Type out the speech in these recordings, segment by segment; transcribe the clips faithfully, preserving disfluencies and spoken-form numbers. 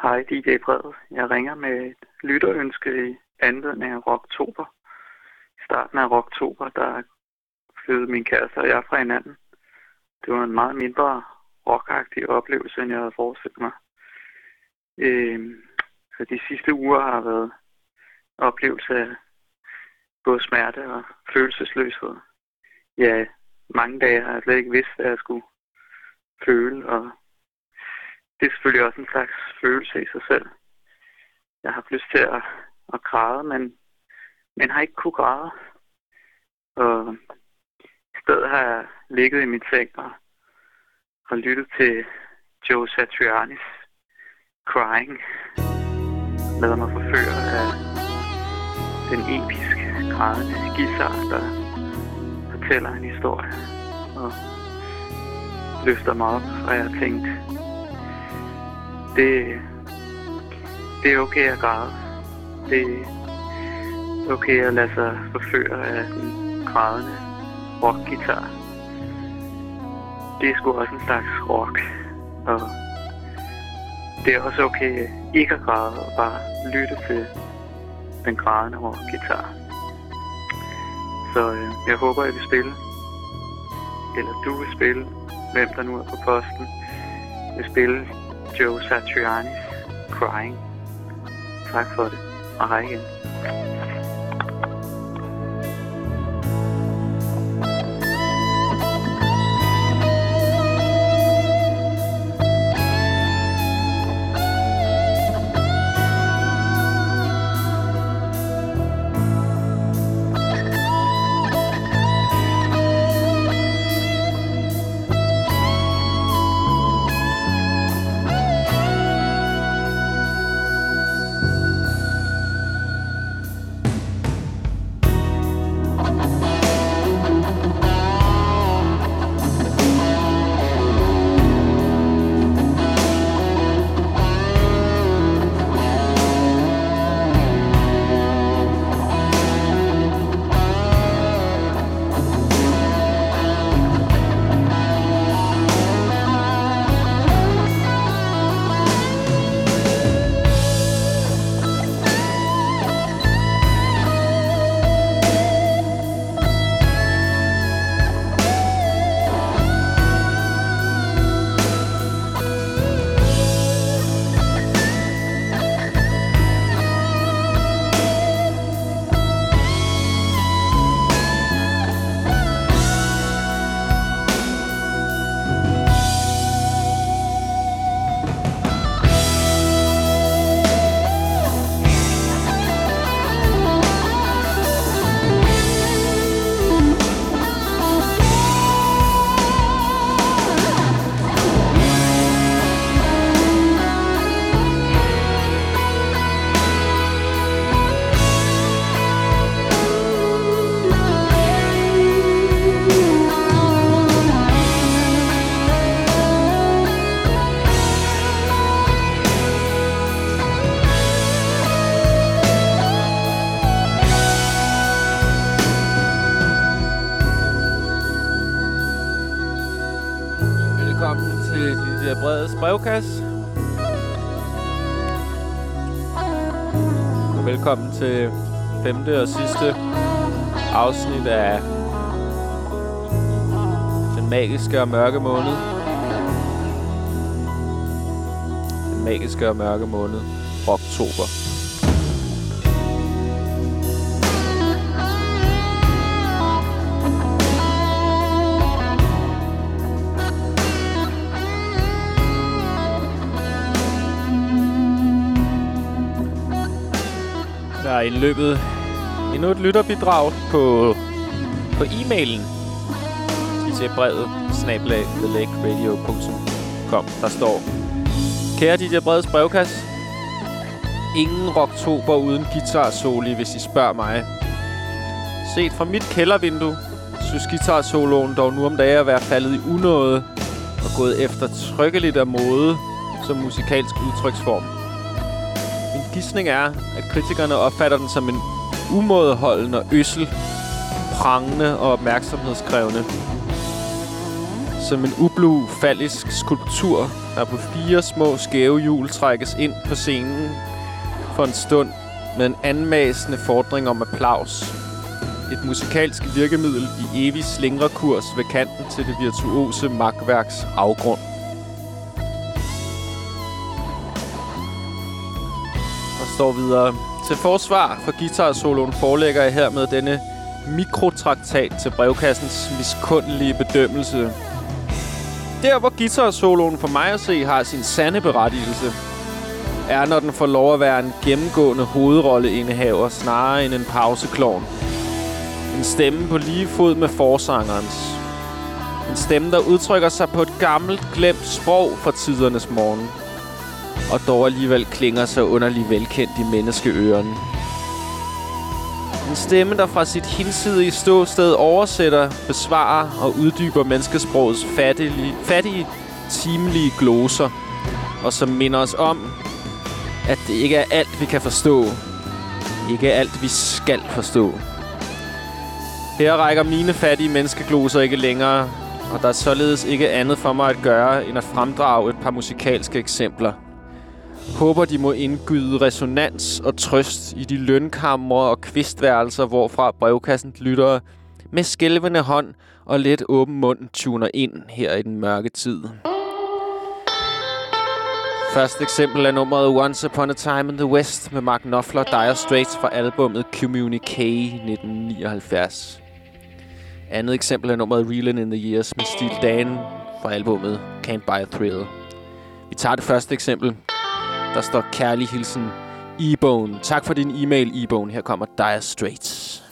Hej D J Brede. Jeg ringer med et lytterønske i anledning af Rocktober. I starten af Rocktober, der flyttede min kæreste og jeg fra hinanden. Det var en meget mindre rockagtig oplevelse, end jeg havde forestillet mig. Øh, så de sidste uger har været en oplevelse af både smerte og følelsesløshed. Ja, mange dage har jeg slet ikke vidst, hvad jeg skulle føle, og det er selvfølgelig også en slags følelse i sig selv. Jeg har lyst til at, at græde, men, men har ikke kunnet græde. Og i stedet har jeg ligget i min seng og, og lyttet til Joe Satrianis Crying. Lader mig forføre af den episke, grædende guitar, der fortæller en historie og løfter mig op, og jeg har tænkt, det, det er okay at græde. Det er okay at lade sig forføre af den grædende rockguitar. Det er sgu også en slags rock, og det er også okay ikke at græde og bare lytte til den grædende rockguitar. Så øh, jeg håber, jeg vil spille, eller du vil spille, hvem der nu er på posten, vil spille Joe Satrianis Crying. Tak for det, og hej igen. Brevkasse. Og velkommen til femte og sidste afsnit af Den magiske og mørke måned. Den magiske og mørke måned. Rocktober. Der er indløbet endnu et lytterbidrag på, på e-mailen D J Brevet snabel-a the lake radio punktum com. Der står: Kære D J Breds brevkasse, ingen Rocktober uden guitar-soli, hvis I spørger mig. Set fra mit kældervindue synes guitar-soloen dog nu om dage at være faldet i unåde og gået efter trykkeligt af mode som musikalsk udtryksform. Min gidsning er, at kritikerne opfatter den som en umådeholden og øssel, prangende og opmærksomhedskrævende. som en ublu fallisk skulptur, der på fire små skæve hjul trækkes ind på scenen for en stund med en anmasende fordring om applaus. Et musikalsk virkemiddel i evig slingrekurs ved kanten til det virtuose magtværks afgrund. Og står videre. Til forsvar for guitarsoloen forelægger jeg her med denne mikrotraktat til brevkassens miskundelige bedømmelse. Der, hvor guitarsoloen for mig at se har sin sande berettigelse, er, når den får lov at være en gennemgående hovedrolleindehaver snarere end en pauseklovn. En stemme på lige fod med forsangerens. En stemme, der udtrykker sig på et gammelt, glemt sprog fra tidernes morgen. Og dog alligevel klinger så underligt velkendt i menneskeørerne. En stemme, der fra sit hinsidige ståsted oversætter, besvarer og uddyber menneskesprogets fattige, fattige timelige gloser. Og som minder os om, at det ikke er alt, vi kan forstå. Ikke alt, vi skal forstå. Her rækker mine fattige menneskegloser ikke længere, og der er således ikke andet for mig at gøre, end at fremdrage et par musikalske eksempler. Håber, de må indgyde resonans og trøst i de lønkamre og kvistværelser, hvorfra brevkassen lyttere med skælvende hånd og let åben mund tuner ind her i den mørke tid. Første eksempel er nummeret Once Upon a Time in the West med Mark Knopfler og Dire Straits fra albumet Communique nitten nioghalvfjerds. Andet eksempel er nummeret Reelin' in the Years med Steely Dan fra albumet Can't Buy a Thrill. Vi tager det første eksempel. Der står kærlig hilsen E-Bone. Tak for din e-mail, E-Bone. Her kommer Dire Straits.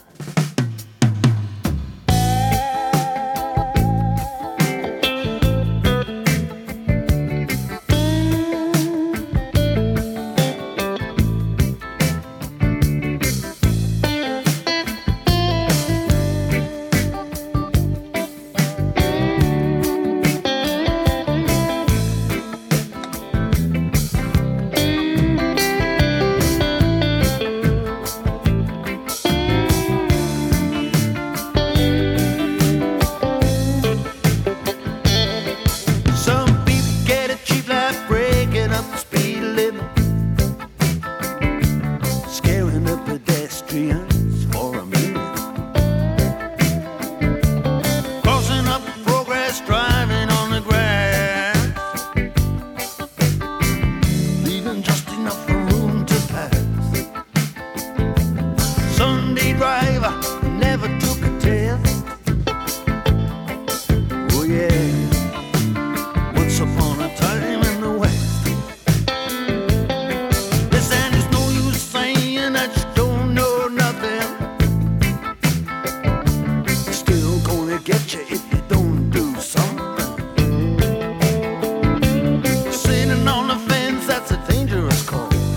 Sitting on the fence, that's a dangerous call.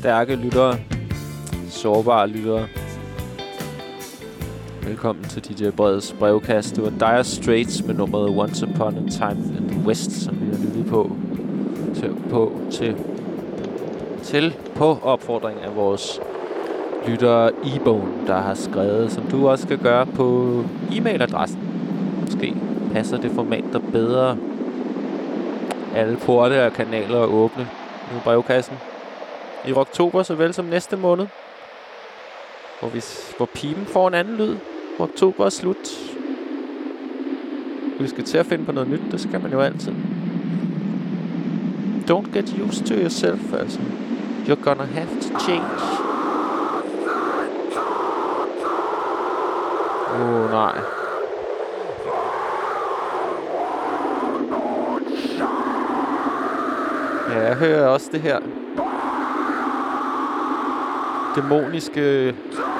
stærke lyttere, sårbare lyttere. Velkommen til D J Breds brevkast. Det var Dire Straits med nummeret Once Upon a Time in the West, som vi har lyttet på til, på, til, til på opfordring af vores lytter Ebone, der har skrevet, som du også skal gøre på e-mailadressen. Måske passer det format der bedre. Alle porte og kanaler er åbne i brevkassen. I oktober, såvel som næste måned. Hvor, vi, hvor pipen får en anden lyd. Oktober er slut. Vi skal til at finde på noget nyt. Det skal man jo altid. Don't get used to yourself, altså. You're gonna have to change. Åh, oh, nej. Ja, jeg hører også det her dæmoniske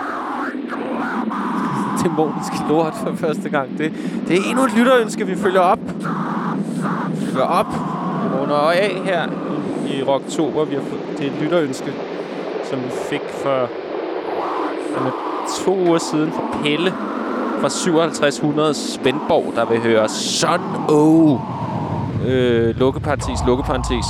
dæmoniske lort for første gang. Det, det er endnu et lytterønske, vi følger op. Vi følger op. Vi runder af her i, i oktober. Vi har fået, det er et lytterønske, som vi fik for, for to uger siden fra Pelle fra syvoghalvtreds hundrede Svendborg, der vil høre Son O. Øh, lukkeparentes, lukkeparentes.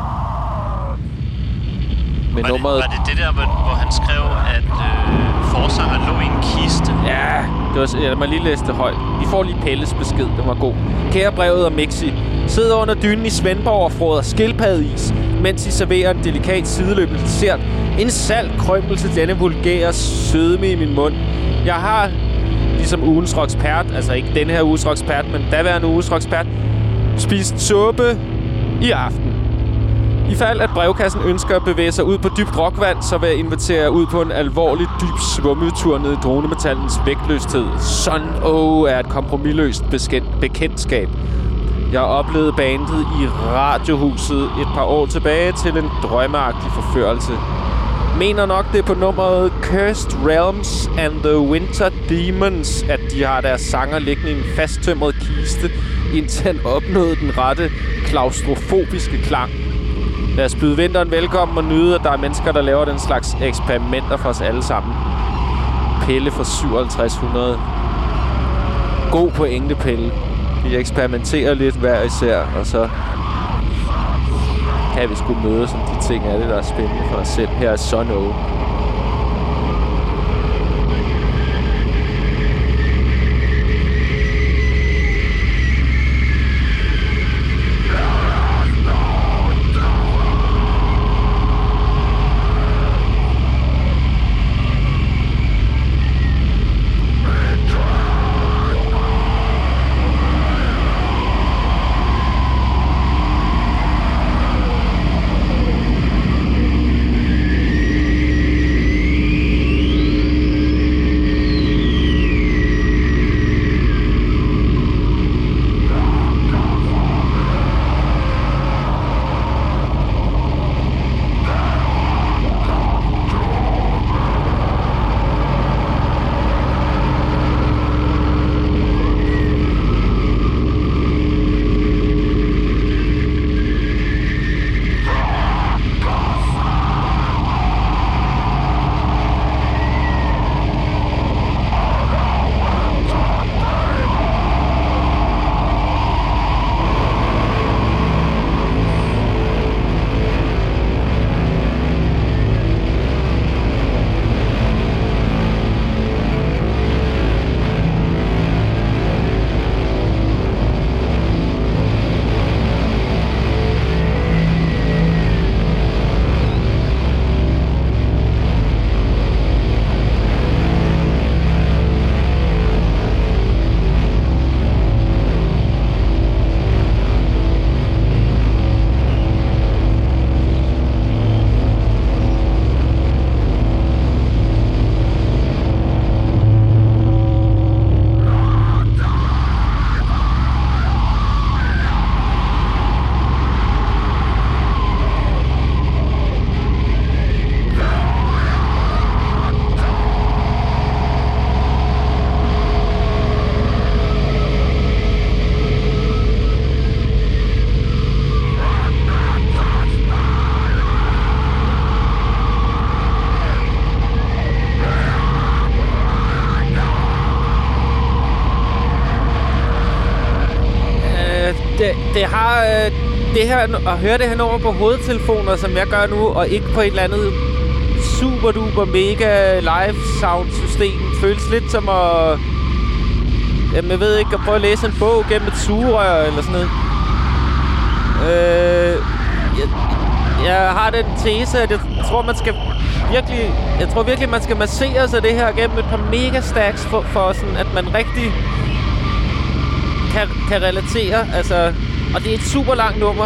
Med var, nummeret... det, var det det der, hvor han skrev, at øh, forsanger lå i en kiste? Ja, det var, jeg må lige læse det højt. Vi får lige Pelles besked, den var god. Kære brevet og Mixi, sidder under dynen i Svendborg og froder skildpaddeis, mens I serverer en delikat sideløbende dessert. En salt krømpel til denne vulgære sødme i min mund. Jeg har, ligesom ugens rockspert, altså ikke denne her uges rockspert, men daværende uges rockspert, spist suppe i aften. I fald at brevkassen ønsker at bevæge sig ud på dybt rockvand, så vil jeg invitere ud på en alvorlig dyb svømmetur ned i dronemetallens vægtløshed. Son O er et kompromisløst bekendtskab. Jeg har oplevet bandet i Radiohuset et par år tilbage til en drømmeagtig forførelse. Mener nok det er på nummeret Cursed Realms and the Winter Demons, at de har deres sanger liggende i en fasttømret kiste, indtil han opnåede den rette klaustrofobiske klang. Lad os byde vinteren velkommen og nyde, at der er mennesker, der laver den slags eksperimenter for os alle sammen. Pelle fra syvoghalvtreds hundrede. God pointe, Pelle. Vi eksperimenterer lidt hver især, og så kan vi sgu møde som de ting er det, der er spændende for os selv. Her er Son O. det, det har... Øh, det her, at høre det her nummer på hovedtelefoner, som jeg gør nu, og ikke på et eller andet super duper mega live sound system, føles lidt som at... Jamen, jeg ved ikke, at prøve at læse en bog gennem et sugerør eller sådan noget. Øh, jeg, jeg har den tese, at jeg tror, man skal virkelig... Jeg tror virkelig, man skal massere sig det her gennem et par mega stacks, for, for sådan, at man rigtig kan, kan relatere. Altså, og det er et super langt nummer.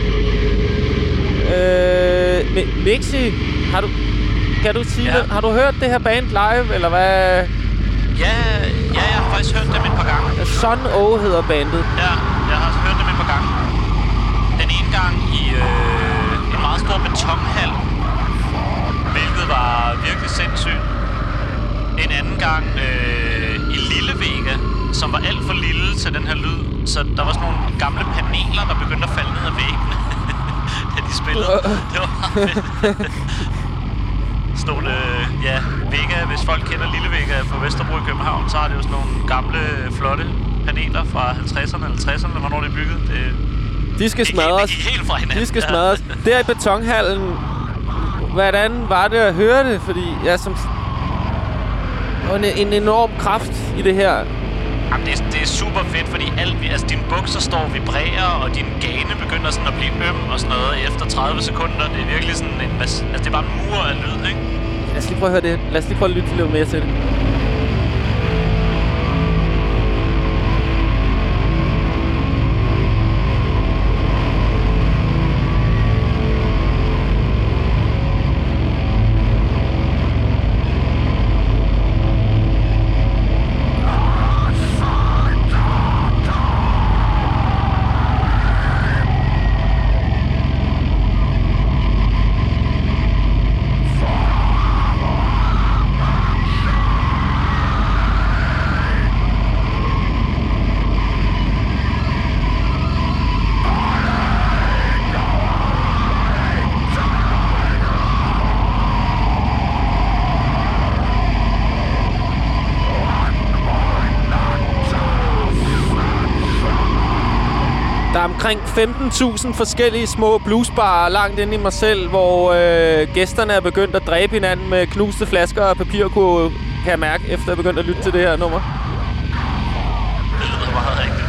Øh, Mixi, har du... Kan du sige ja. det? Har du hørt det her band live, eller hvad? Ja, ja, jeg har faktisk hørt dem et par gange. Sun O hedder bandet. Ja, jeg har hørt dem et par gange. Den ene gang i øh, en meget stor betonhal, hvilket var virkelig sindssygt. En anden gang øh, i Lille Vega, som var alt for lille til den her lyd. Så der var sådan nogle gamle paneler, der begyndte at falde ned af væggene, da de spillede. Det var meget fedt. Stod det, ja, Vega, hvis folk kender Lille Vega på Vesterbro i København, så har det jo sådan nogle gamle, flotte paneler fra halvtredserne eller tresserne, hvornår det er bygget. Det, de skal det smadres. Helt, helt fra hinanden. De skal smadres. Der i betonhallen, hvordan var det at høre det? Fordi jeg som... En, en enorm kraft i det her. Jamen, det, er, det er super fedt, fordi alt, altså, dine bukser står og vibrerer, og din gane begynder sådan at blive øm og sådan noget efter tredive sekunder. Det er virkelig sådan en... Altså, det er bare en mur af lyd, ikke? Lad os lige prøve at høre det. Lad os lige prøve at lytte lidt mere til det. Omkring femten tusind forskellige små bluesbarer langt inde i mig selv, hvor øh, gæsterne er begyndt at dræbe hinanden med knuste flasker og papirkurve, kan jeg mærke, efter jeg er begyndt at lytte til det her nummer. Det lyder meget rigtigt.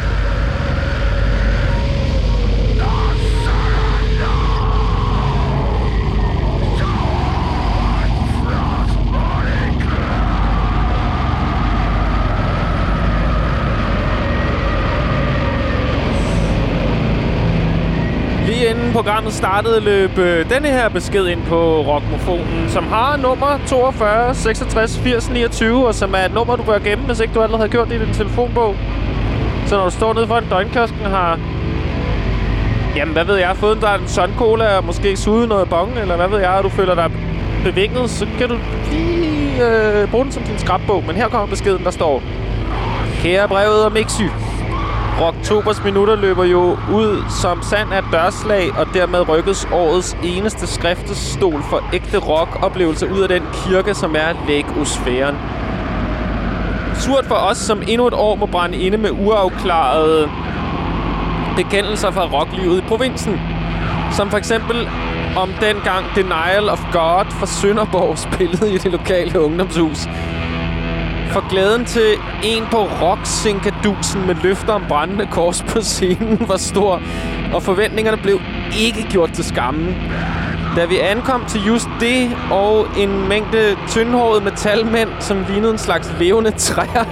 Inden programmet startede, løb øh, denne her besked ind på Rockmofonen, som har nummer toogfyrre seksogtres firs niogtyve, og som er et nummer, du bør gemme, hvis ikke du allerede har gjort det i din telefonbog. Så når du står nede foran døgnkiosken og har... Jamen, hvad ved jeg, fået dig en Sun Cola og måske suget noget bong, eller hvad ved jeg, og du føler dig bevinget, så kan du lige øh, bruge den som din skrabbog. Men her kommer beskeden, der står: Kære brevet og Mixy. Rocktobers minutter løber jo ud som sand af dørslag, og dermed rykkes årets eneste skriftestol for ægte rock-oplevelser ud af den kirke, som er Lake-osfæren. Surt for os, som endnu et år må brænde inde med uafklarede bekendelser fra rocklivet i provinsen. Som for eksempel om dengang Denial of God fra Sønderborg spillede i det lokale ungdomshus. For glæden til en på rock-sinkadusen med løfter om brændende kors på scenen var stor, og forventningerne blev ikke gjort til skamme. Da vi ankom til just det og en mængde tyndhårede metalmænd, som lignede en slags levende træer.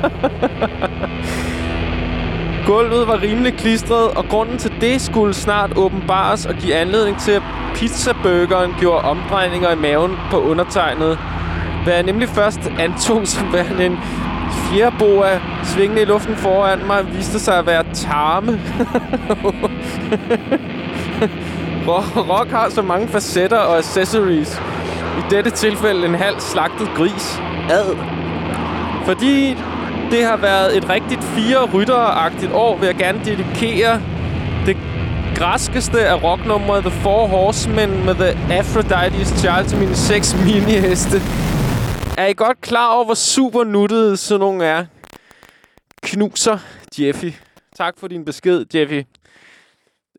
Gulvet var rimelig klistret, og grunden til det skulle snart åbenbares og give anledning til, at pizzaburgeren gjorde omdrejninger i maven på undertegnet. Hvad jeg nemlig først antog som værende en fjerboa svingende i luften foran mig, viste sig at være tarme. Rock har så mange facetter og accessories. I dette tilfælde en halv slagtet gris. Ad. Fordi det har været et rigtigt fire-ryttere-agtigt år, vil jeg gerne dedikere det græskeste af rocknummeret The Four Horsemen med The Aphrodite's Child til mine seks mini-heste. Er I godt klar over, hvor super nuttede sådan nogle er? Knuser, Jeffy. Tak for din besked, Jeffy.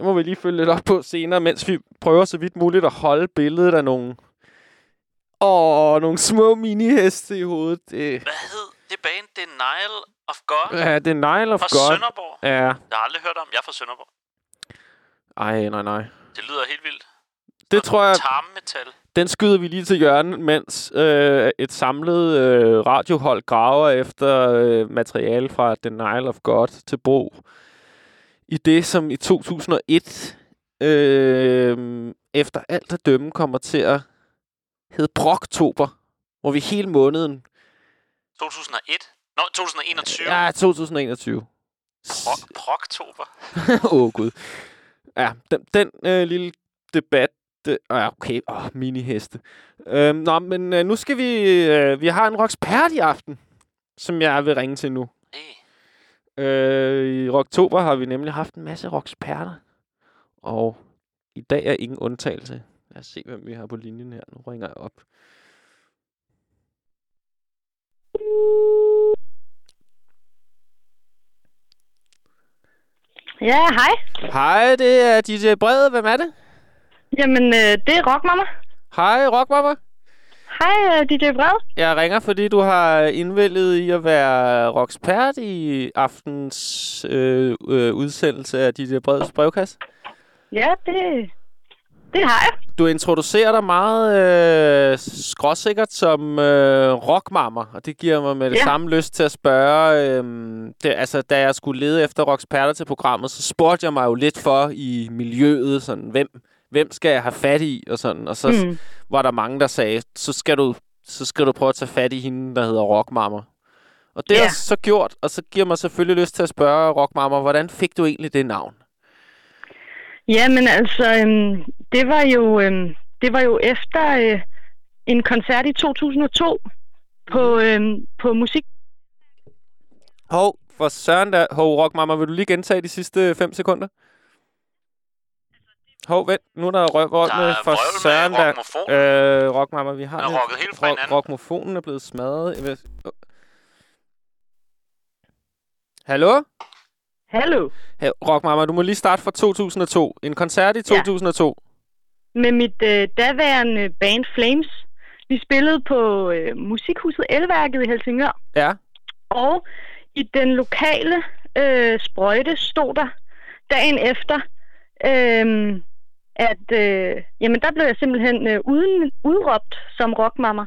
Det må vi lige følge lidt op på senere, mens vi prøver så vidt muligt at holde billedet af nogle... Åh, nogle små mini-heste i hovedet. Det... Hvad hed det band? Denial of God? Ja, Denial of Fra God. Sønderborg? Ja. Jeg har aldrig hørt om. Jeg er fra Sønderborg. Ej, nej, nej. Det lyder helt vildt. Det Noget tror jeg... Tarmmetal. Den skyder vi lige til hjørnet, mens øh, et samlet øh, radiohold graver efter øh, materiale fra Denial of God til brug i det, som i to tusind og et øh, efter alt at dømme kommer til at hedde Brocktober, hvor vi hele måneden... to tusind og et? Nå, to tusind og enogtyve. Ja, to tusind og enogtyve. Brocktober. Åh, oh, Gud. Ja, den, den øh, lille debat... Det, ah, okay, åh, oh, mini-heste. Øhm, nå, men øh, nu skal vi... Øh, vi har en rockspert i aften, som jeg vil ringe til nu. Hey. Øh, I Rocktober har vi nemlig haft en masse rocksperter. Og i dag er ingen undtagelse. Lad os se, hvem vi har på linjen her. Nu ringer jeg op. Ja, hej. Hej, det er D J Brede. Hvem er det? Jamen, øh, det er Rockmamma. Hej, Rockmamma. Hej, øh, D J Brede. Jeg ringer, fordi du har indvælget i at være rockspert i aftens øh, øh, udsendelse af D J Bredes brevkasse. Ja, det, det har jeg. Du introducerer dig meget øh, skråsikkert som øh, rockmamma, og det giver mig med det ja. samme lyst til at spørge. Øh, det, altså, da jeg skulle lede efter rocksperter til programmet, så spurgte jeg mig jo lidt for i miljøet, sådan, hvem, hvem skal jeg have fat i, og sådan. Og så mm. var der mange, der sagde, så skal du, så skal du prøve at tage fat i hende, der hedder rockmamma. Og det ja. har jeg så gjort, og så giver mig selvfølgelig lyst til at spørge rockmamma, hvordan fik du egentlig det navn? Jamen altså, øhm, det var jo øhm, det var jo efter øh, en koncert i to tusind og to på øhm, på musik. Hov, for søren der. Hov, rockmamma, vil du lige gentage de sidste fem sekunder? Hov, vent. Nu er der røvvold med for søren der. Øh, rockmamma, vi har den er rocket helt fra hinanden. Rockmofonen er blevet smadret. Vil... Oh. Hallo? Hallo. Hey, Rockmamma, du må lige starte fra to tusind og to. En koncert i to tusind og to. Ja. Med mit øh, daværende band Flames. Vi spillede på øh, Musikhuset Elværket i Helsingør. Ja. Og i den lokale øh, sprøjte stod der dagen efter, øh, at øh, jamen der blev jeg simpelthen øh, uden, udråbt som rockmamma.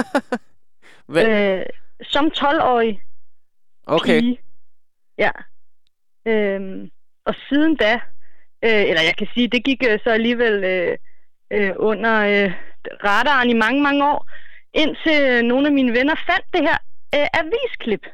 øh, som tolv-årig okay. pige. Ja. Øhm, og siden da, øh, eller jeg kan sige, det gik øh, så alligevel øh, øh, under øh, radaren i mange, mange år, indtil øh, nogle af mine venner fandt det her øh, avisklip.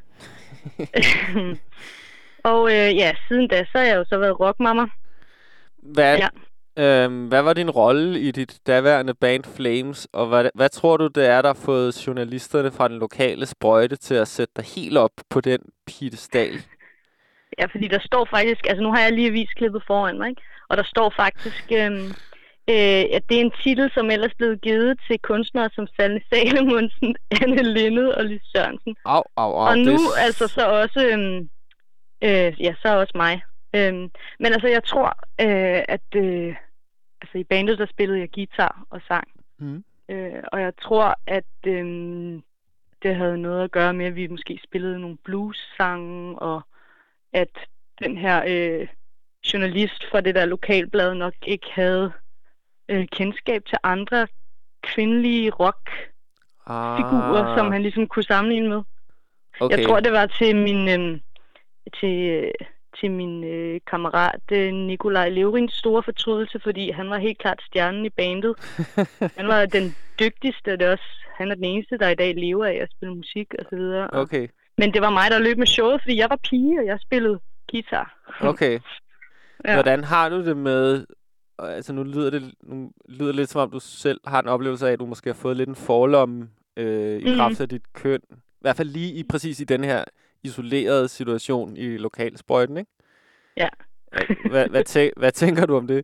og øh, ja, siden da, så har jeg jo så været rockmamma. Hvad, ja. øh, hvad var din rolle i dit daværende band Flames, og hvad, hvad tror du, det er, der har fået journalisterne fra den lokale sprøjte til at sætte dig helt op på den piedestal? Ja, fordi der står faktisk, altså nu har jeg lige avisklippet foran mig, ikke? Og der står faktisk, øhm, øh, at det er en titel, som ellers blev givet til kunstnere som Sanne Salomonsen, Anne Linnet og Lis Sørensen. Au, au, au, og nu det... altså så også, øhm, øh, ja, så også mig. Øhm, men altså jeg tror, øh, at øh, altså i bandet der spillede jeg guitar og sang. Mm. Øh, og jeg tror, at øh, det havde noget at gøre med, at vi måske spillede nogle blues-sange, og at den her øh, journalist fra det der lokalblad nok ikke havde øh, kendskab til andre kvindelige rockfigurer, ah. som han ligesom kunne sammenligne med. Okay. Jeg tror, det var til min øh, til, øh, til min øh, kammerat øh, Nikolaj Levrins store fortrydelse, fordi han var helt klart stjernen i bandet. Han var den dygtigste, det er også, han er den eneste, der i dag lever af at spille musik og så videre. Okay. Men det var mig, der løb med showet, fordi jeg var pige, og jeg spillede guitar. Okay. Ja. Hvordan har du det med... Altså, nu lyder det nu lyder det lidt, som om du selv har en oplevelse af, at du måske har fået lidt en forlomme øh, i kraft af dit køn. I hvert fald lige i, præcis i den her isolerede situation i lokalsprøjten, ikke? Ja. hvad, hvad, tæ- hvad tænker du om det?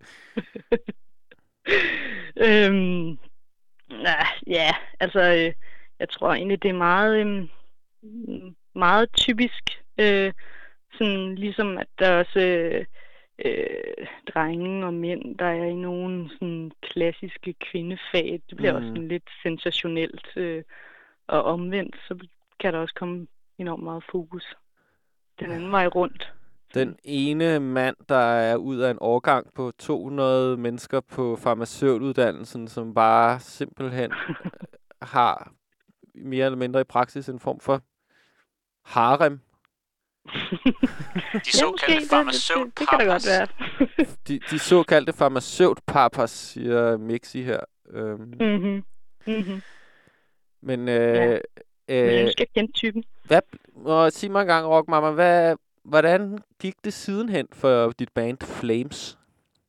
øhm, nah, ja, altså, øh, jeg tror egentlig, det er meget... Øh, meget typisk, øh, sådan ligesom at der også, øh, øh, drenge og mænd, der er i nogle sådan klassiske kvindefag. Det bliver mm. også sådan lidt sensationelt. Øh, og omvendt, så kan der også komme enormt meget fokus den anden vej rundt. Den ene mand, der er ud af en årgang på to hundrede mennesker på farmaceutuddannelsen, som bare simpelthen har mere eller mindre i praksis en form for harem. De såkaldte ja, farmaceut det, det, det kan da godt være. de, de såkaldte farmaceut-papas, siger Mixi her. Øhm. Mm-hmm. Mm-hmm. Men, øh, ja. øh, Men jeg skal kende typen. Hvad, og sig mig engang, Rock Mama, hvad, hvordan gik det sidenhen for dit band Flames?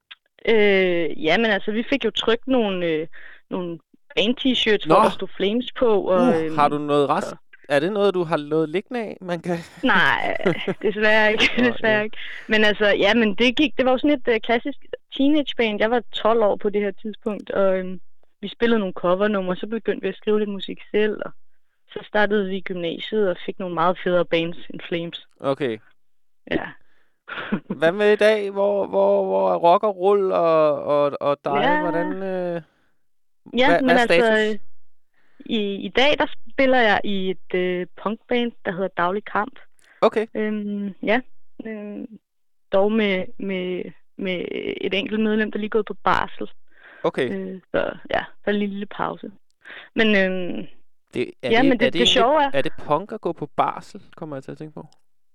Øh, ja, men altså, vi fik jo trykt nogle, øh, nogle band-t-shirts, hvor der stod Flames på. Og, uh, øh, har du noget rest? Og... Er det noget, du har noget liggende af, man kan... Nej, desværre ikke. desværre ikke. Men altså, ja, men det gik, det var jo sådan et uh, klassisk teenage-band. Jeg var tolv år på det her tidspunkt, og øhm, vi spillede nogle covernumre, så begyndte vi at skrive lidt musik selv, og så startede vi i gymnasiet og fik nogle meget federe bands end Flames. Okay. Ja. Hvad med i dag? Hvor, hvor, hvor er rock og roll og, og, og dig? Ja. Hvordan... Øh... Ja, Hva, men hvad er status? altså... I, I dag, der spiller jeg i et øh, punkband, der hedder Daglig Kamp. Okay. Øhm, ja, øhm, dog med, med, med et enkelt medlem, der lige er gået på barsel. Okay. Øh, så ja, der er en lille pause. Men, øhm, det, er ja, det, men det, er det, det sjove er... Er det punk at gå på barsel, kommer jeg til at tænke på?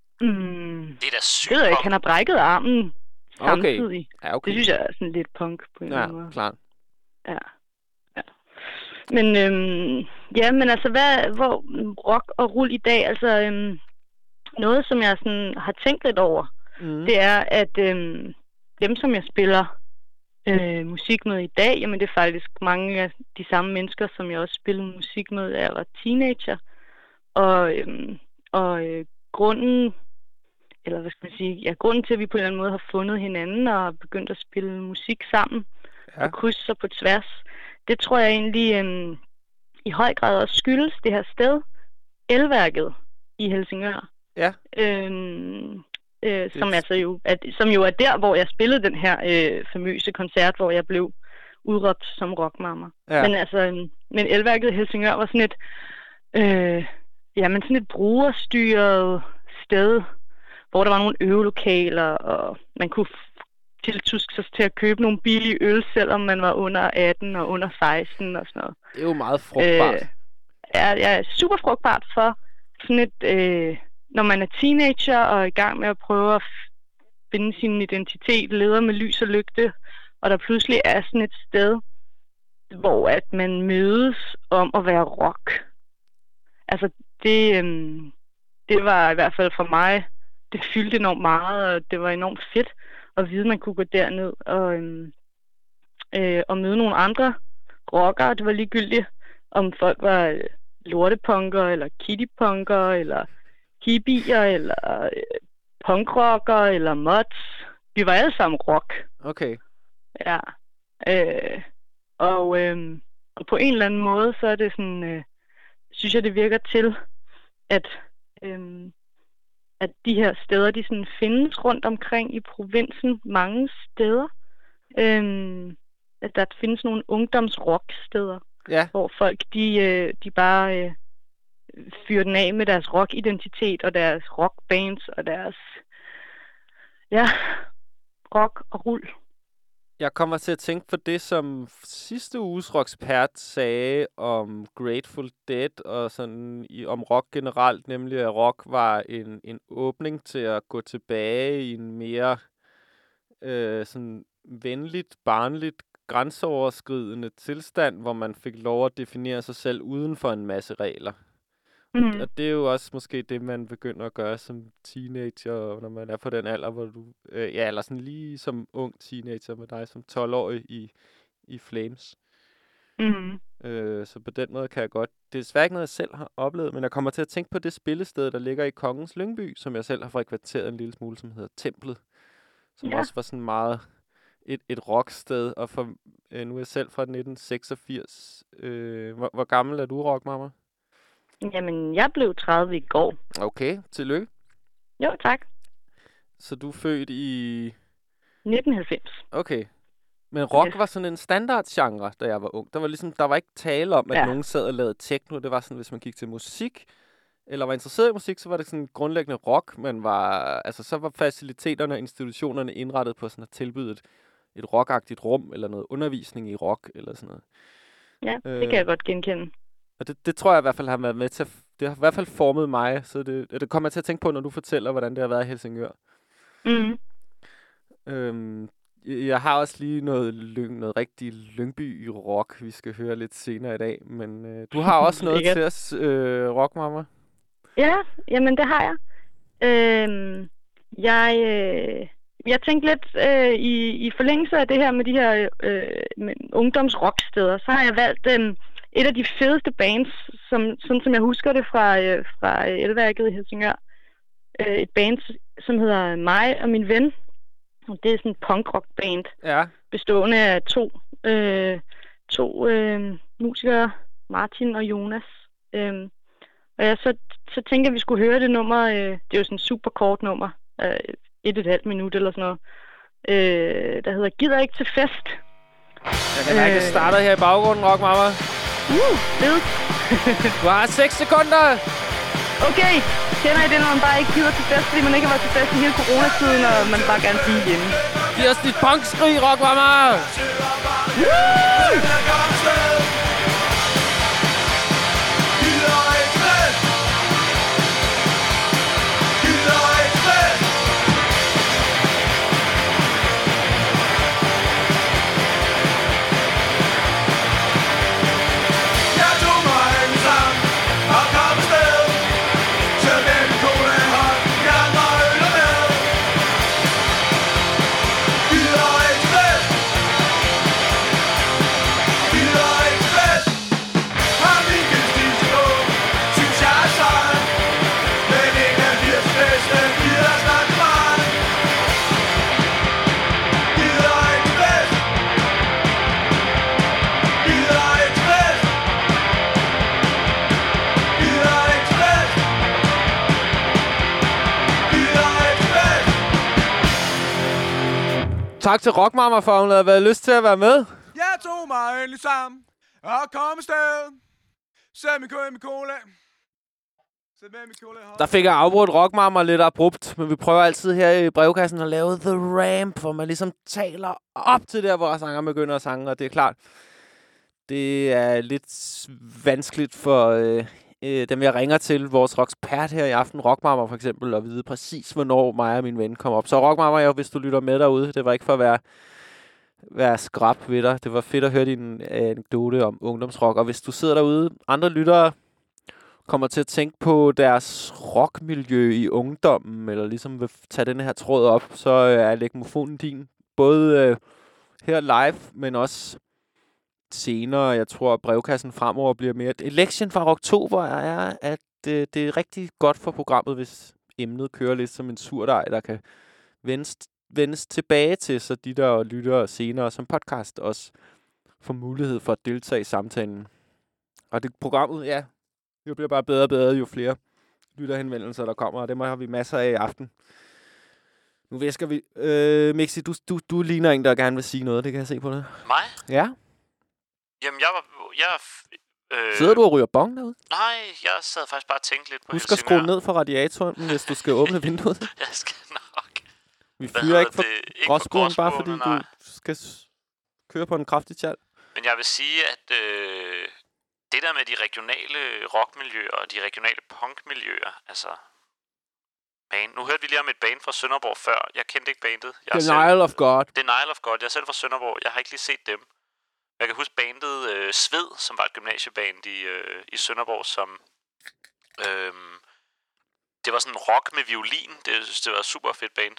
Mm, det er da sygt. Det ved jeg ikke, han har brækket armen samtidig. Okay. Ja, okay. Det synes jeg er sådan lidt punk på en ja, eller anden måde. Klart. Ja, ja. Men, øhm, ja, men altså, hvad, hvor rock og rull i dag, altså, øhm, noget, som jeg sådan har tænkt lidt over, mm. det er, at øhm, dem, som jeg spiller øh, musik med i dag, jamen det er faktisk mange af de samme mennesker, som jeg også spillede musik med, da jeg var teenager. Og, øhm, og øh, grunden, eller hvad skal man sige, ja, grunden til, at vi på en eller anden måde har fundet hinanden og begyndt at spille musik sammen, ja. Og krydse sig på tværs, det tror jeg egentlig øhm, i høj grad også skyldes det her sted, Elværket i Helsingør. Ja. Øhm, øh, som, altså jo er, som jo er der, hvor jeg spillede den her øh, famøse koncert, hvor jeg blev udråbt som rockmamma. Ja. Men altså, øhm, men Elværket i Helsingør var sådan et, øh, ja, men sådan et brugerstyret sted, hvor der var nogle øvelokaler, og man kunne tiltuske sig til at købe nogle billige øl, selvom man var under atten og under seksten og sådan noget. Det er jo meget frugtbart. Øh, ja, ja, super frugtbart for sådan et, øh, når man er teenager og er i gang med at prøve at finde sin identitet, leder med lys og lygte, og der pludselig er sådan et sted, hvor at man mødes om at være rock. Altså, det, øh, det var i hvert fald for mig, det fyldte enormt meget, og det var enormt fedt at vide, at man kunne gå derned og, øhm, øh, og møde nogle andre rockere. Det var ligegyldigt, om folk var øh, lortepunker, eller kittypunker, eller hippier, eller øh, punkrocker, eller mods. Vi var alle sammen rock. Okay. Ja. Øh, og, øh, og på en eller anden måde, så er det sådan, øh, synes jeg, det virker til, at... Øh, at de her steder, de sådan findes rundt omkring i provinsen mange steder. Øhm, at der findes nogle ungdomsrocksteder, ja. Hvor folk, de, øh, de bare øh, fyrer den af med deres rockidentitet og deres rockbands og deres, ja, rock og rull. Jeg kommer til at tænke på det, som sidste uges rockspert sagde om Grateful Dead og sådan i, om rock generelt, nemlig at rock var en, en åbning til at gå tilbage i en mere øh, sådan venligt, barnligt, grænseoverskridende tilstand, hvor man fik lov at definere sig selv uden for en masse regler. Mm. Og det er jo også måske det, man begynder at gøre som teenager, når man er på den alder, hvor du... Øh, ja, eller sådan lige som ung teenager med dig som tolv-årig i, i Flames. Mm. Øh, så på den måde kan jeg godt... Det er desværre ikke noget, jeg selv har oplevet, men jeg kommer til at tænke på det spillested, der ligger i Kongens Lyngby, som jeg selv har frekventeret en lille smule, som hedder Templet. Som ja. Også var sådan meget et, et rocksted, og for, øh, nu er jeg selv fra nitten seksogfirs. Øh, hvor, hvor gammel er du, rockmamma? Jamen, jeg blev tredive i går. Okay, tillykke. Jo, tak. Så du er født i nitten halvfems. Okay. Men rock Yes. var sådan en standardgenre, da jeg var ung. Der var ligesom, der var ikke tale om, at Ja. nogen sad og lavede techno. Det var sådan, hvis man gik til musik, eller var interesseret i musik, så var det sådan grundlæggende rock. Man var, altså, så var faciliteterne og institutionerne indrettet på sådan at tilbyde et, et rockagtigt rum, eller noget undervisning i rock, eller sådan noget. Ja, Øh, det kan jeg godt genkende. Og det, det tror jeg i hvert fald har været med til, at, det har i hvert fald formet mig, så det, det kommer jeg til at tænke på, når du fortæller, hvordan det har været i Helsingør. Mm. Øhm, jeg har også lige noget, lyng, noget rigtig Lyngby rock, vi skal høre lidt senere i dag, men øh, du har også noget til os, øh, rockmamma. Ja, jamen det har jeg. Øhm, jeg, øh, jeg tænkte lidt øh, i, i forlængelse af det her med de her øh, med ungdomsrocksteder, så har jeg valgt øh, et af de fedeste bands, som, sådan som jeg husker det fra, øh, fra Elværket i Helsingør. Øh, et band, som hedder Mig og min ven. Det er sådan en punkrock-band, ja. bestående af to, øh, to øh, musikere, Martin og Jonas. Øh, og jeg så, så tænkte jeg, at vi skulle høre det nummer. Øh, det er jo sådan et super kort nummer, øh, et og et halvt minut eller sådan noget, øh, der hedder Gider ikke til fest. Jeg kan mærke, øh, det starter her i baggrunden, rockmamma. Uh, fed. Du har seks sekunder. Okay, kender I det, når man bare ikke gider til fest, fordi man ikke har været til fest i hele coronatiden, og man bare gerne blive hjemme? Giv os dit punkskrig, rockmamma! Tak til rockmamma, for hun havde været lyst til at være med. Jeg tog mig endelig sammen og kom afsted. Sæt min kø med cola. Sæt med min cola. Der fik jeg afbrudt rockmamma lidt abrupt, men vi prøver altid her i brevkassen at lave The Ramp, hvor man ligesom taler op til der, hvor sanger begynder at sange, og det er klart, det er lidt vanskeligt for øh, øh, dem, jeg ringer til, vores rockspert her i aften, rockmamma for eksempel, at vide præcis, hvornår mig og min ven kommer op. Så rockmamma, ja, hvis du lytter med derude, det var ikke for at være, være skrab ved dig. Det var fedt at høre din anekdote om ungdomsrock, og hvis du sidder derude, andre lyttere kommer til at tænke på deres rockmiljø i ungdommen, eller ligesom vil tage den her tråd op, så er legmofonen din. Både øh, her live, men også senere. Jeg tror, at brevkassen fremover bliver mere... Election fra oktober er, at øh, det er rigtig godt for programmet, hvis emnet kører lidt som en surdej, der kan vendes, vendes tilbage til, så de, der lytter senere som podcast, også får mulighed for at deltage i samtalen. Og det programmet, ja, det bliver bare bedre og bedre, jo flere lytterhenvendelser, der kommer, og dem har vi masser af i aften. Nu væsker vi. Øh, Mixi, du, du, du ligner en, der gerne vil sige noget, det kan jeg se på det. Mig? Ja. Jamen, jeg var... Jeg, øh... Sidder du og ryger bong derude? Nej, jeg sad faktisk bare og tænkte lidt på Husk at skrue ned for radiatoren, hvis du skal åbne vinduet. Jeg skal nok. Vi fyrer ikke for gråskruen, bare fordi nej. Du skal køre på en kraftig tjal. Men jeg vil sige, at øh, det der med de regionale rockmiljøer og de regionale punkmiljøer, altså... Band. Nu hørte vi lige om et band fra Sønderborg før. Jeg kendte ikke bandet. Jeg Denial of God. Denial of God. Jeg er selv fra Sønderborg. Jeg har ikke lige set dem. Jeg kan huske bandet øh, Sved, som var et gymnasieband i, øh, i Sønderborg, som... Øh, det var sådan rock med violin. Det, jeg synes, det var et super fedt band.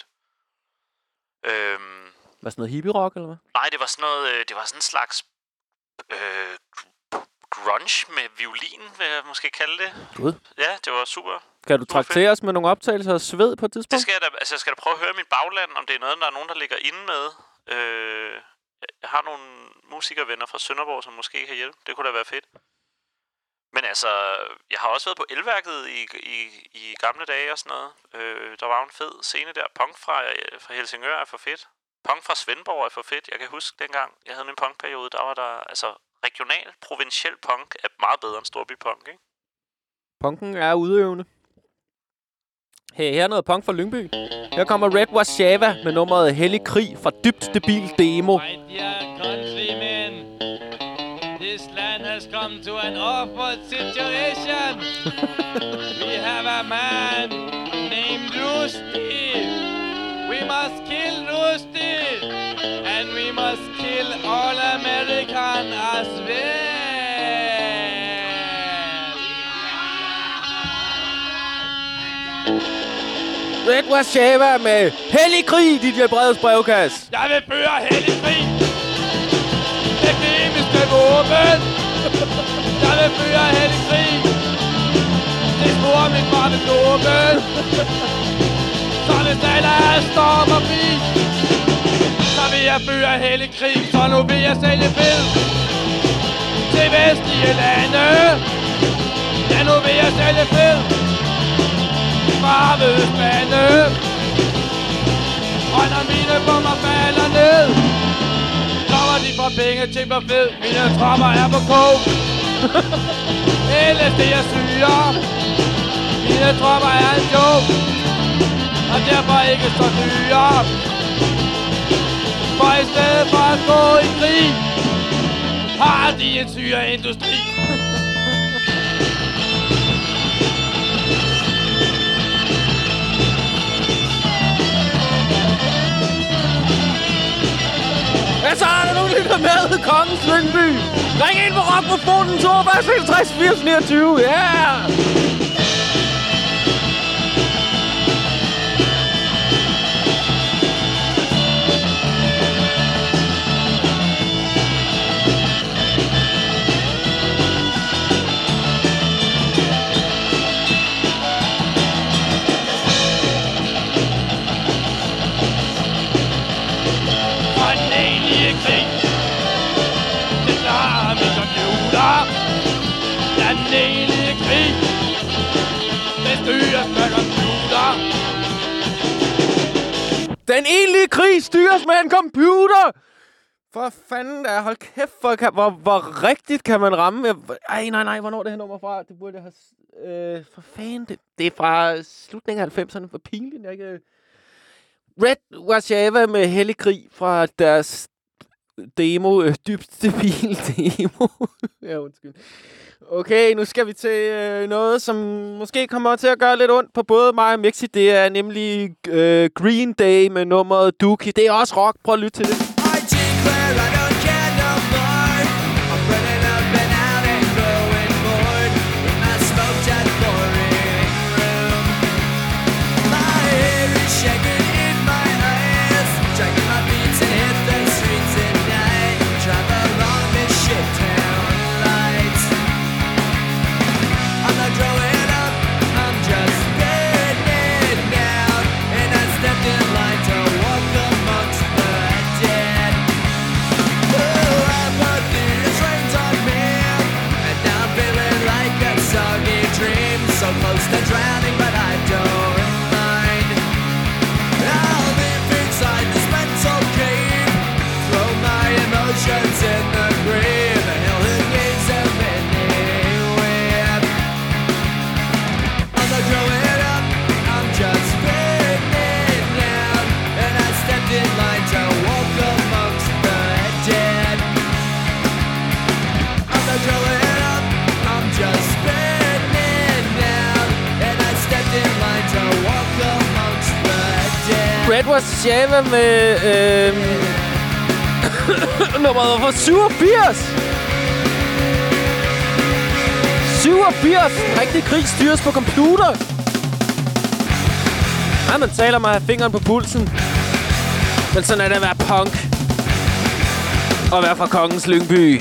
Øh, var det sådan noget hippie-rock, eller hvad? Nej, det var sådan noget... Øh, det var sådan en slags... Øh, grunge med violin, vil jeg måske kalde det. Gud. Ja, det var super. Kan du traktere os med nogle optagelser af Sved på et tidspunkt? Det skal jeg da, altså jeg skal da prøve at høre min bagland, om det er noget, der er nogen, der ligger inde med. Øh, jeg har nogle musikervenner fra Sønderborg, som måske kan hjælpe. Det kunne da være fedt. Men altså, jeg har også været på Elværket i, i, i gamle dage og sådan noget. Øh, der var en fed scene der. Punk fra, fra Helsingør er for fedt. Punk fra Svendborg er for fedt. Jeg kan huske dengang, jeg havde min punkperiode, der var der, altså regional, provinciel punk er meget bedre end storbypunk, ikke? Punken er udøvende. Hey, her er noget punk fra Lyngby. Her kommer Red Warszawa med nummeret Hellig Krig fra Dybt Debil Demo. My dear countrymen, this land has come to an awful situation. We have a man named Rusty. We must kill Rusty. And we must kill all American as well. Red Warszawa med Hellig Krig, D J Breds brevkasse. Jeg vil føre hellig krig med kemiske våben. Jeg vil føre hellig krig. Det sporer min far med dåben. Så hvis alle stormer forbi, så vil jeg føre hellig krig. Så nu vil jeg sælge fed til vestlige lande. Ja, nu vil jeg sælge fed fra Vestbane. Og når mine bomber falder ned, kommer de for penge til på fed. Mine tropper er på coke. L S D er syre. Mine tropper er en joke, og derfor ikke så dyre. For i stedet for at gå i krig, har de en syreindustri. Hvad så er der nogen lytter med? Kongens Lyngby. Ring ind på rockmofonen toogfyrre seksogtres firs niogtyve. Ja! Yeah! Den egentlige krig, det styres med computer. Den egentlige krig styres med en computer! For fanden da, hold kæft, for, hvor, hvor rigtigt kan man ramme? Jeg, ej, nej, nej, hvornår er det her nummer fra? Det burde jeg have... Øh, for fanden, det, det er fra slutningen af halvfemserne, for pinligt, jeg ikke... Red Warszawa med Hellig Krig fra deres demo, øh, dybt debil demo. Ja, undskyld. Okay, nu skal vi til øh, noget, som måske kommer til at gøre lidt ondt på både mig og Mixi. Det er nemlig øh, Green Day med nummeret Dookie. Det er også rock. Prøv at lytte til det. Red Warszawa med øh, nummeret fra syvogfirs. syvogfirs. Rigtig krig styres på computer. Ja, man taler om at have fingeren på pulsen. Men sådan er det at være punk. Og være fra Kongens Lyngby.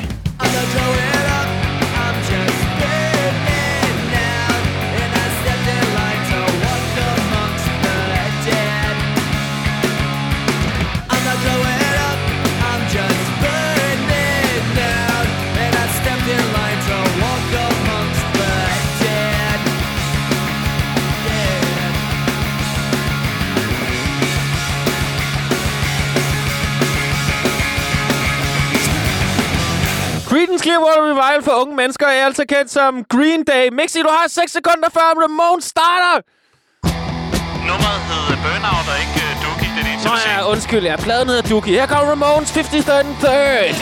Creedence Clearwater Revival for unge mennesker er altså kendt som Green Day. Mixi, du har seks sekunder før Ramones starter. Nummeret hed Burnout og ikke uh, Dookie, den eneste Nå ja, undskyld, ja. Pladen hedder Dookie. Her kommer Ramones fifty-third and third.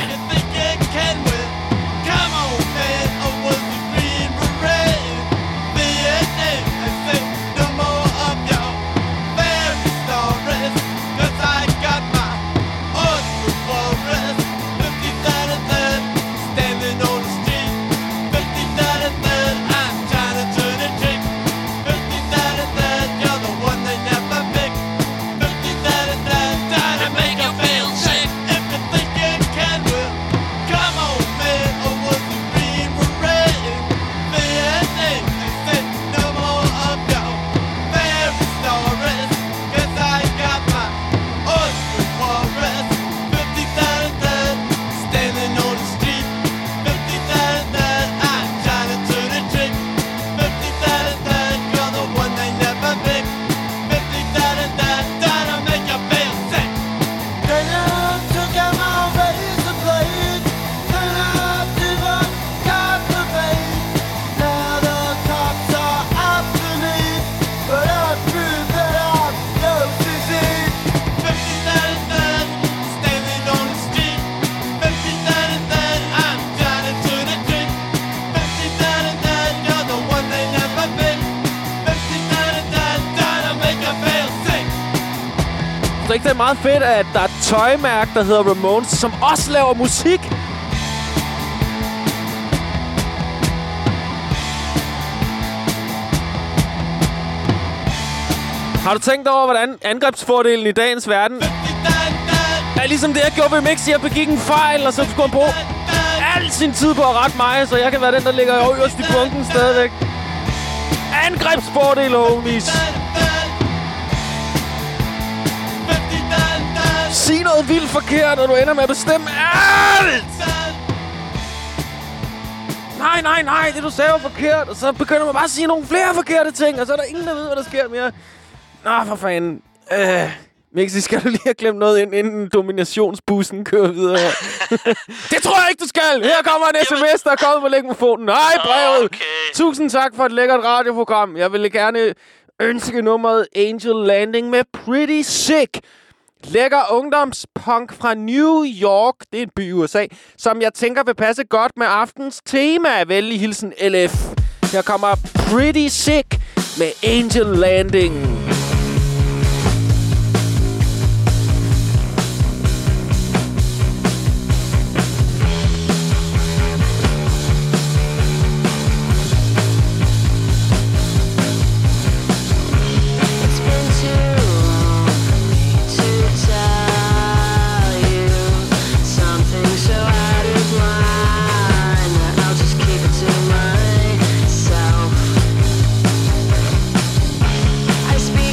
Ikke det er meget fedt, at der er et tøjmærke, der hedder Ramones, som også laver musik. Har du tænkt over, hvordan angrebsfordelen i dagens verden er ligesom det, jeg gjorde ved Mixi? Jeg begik en fejl, og så skulle han bruge al sin tid på at rette mig, så jeg kan være den, der ligger øverst i bunken stadigvæk. Angrebsfordel, homies. Sig noget vildt forkert, og du ender med at bestemme alt! Nej, nej, nej, det du sagde var forkert. Og så begynder man bare at sige nogle flere forkerte ting, og så er der ingen, der ved, hvad der sker mere. Nå, for fanden. Øh, Mixi, skal du lige have glemt noget ind, inden dominationsbussen kører videre her? Det tror jeg ikke, du skal! Her kommer en sms, der er kommet på lægmofonen. Nej, brevet! Okay. Tusind tak for et lækkert radioprogram. Jeg ville gerne ønske nummeret Angel Landing med Pretty Sick. Lækker ungdomspunk fra New York, det er en by i U S A, som jeg tænker vil passe godt med aftens tema. Venlig hilsen L F. Her kommer Pretty Sick med Angel Landing. I speak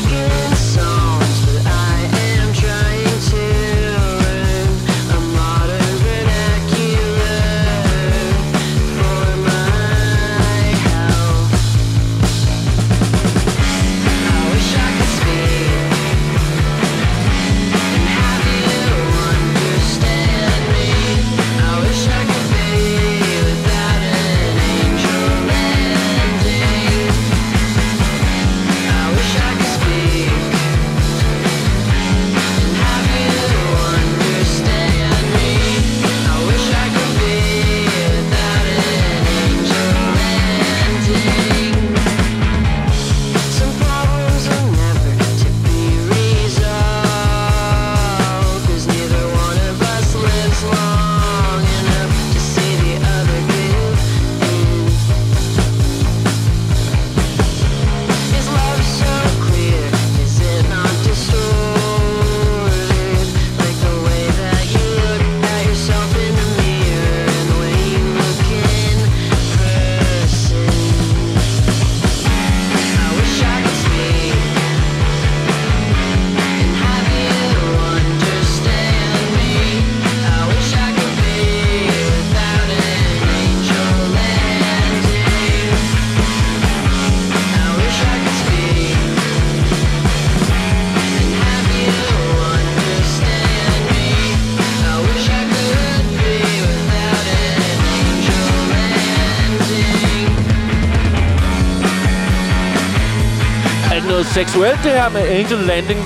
seksuelt, det her med Angel Landing.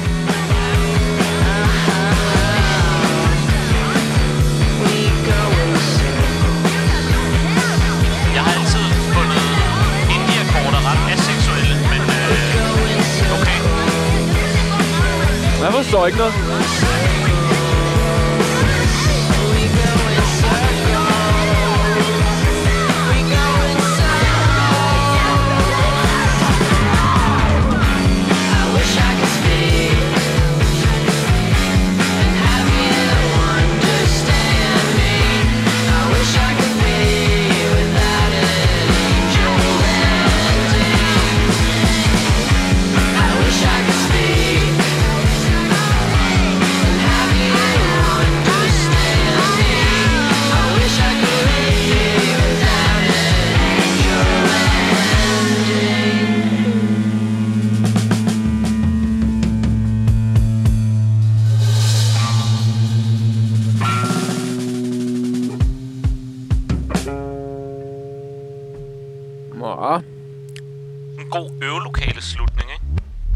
Jeg har altid fundet indie-akkorder ret aseksuelle, men øh, okay. Jeg forstår ikke noget. En god øvelokale slutning, ikke?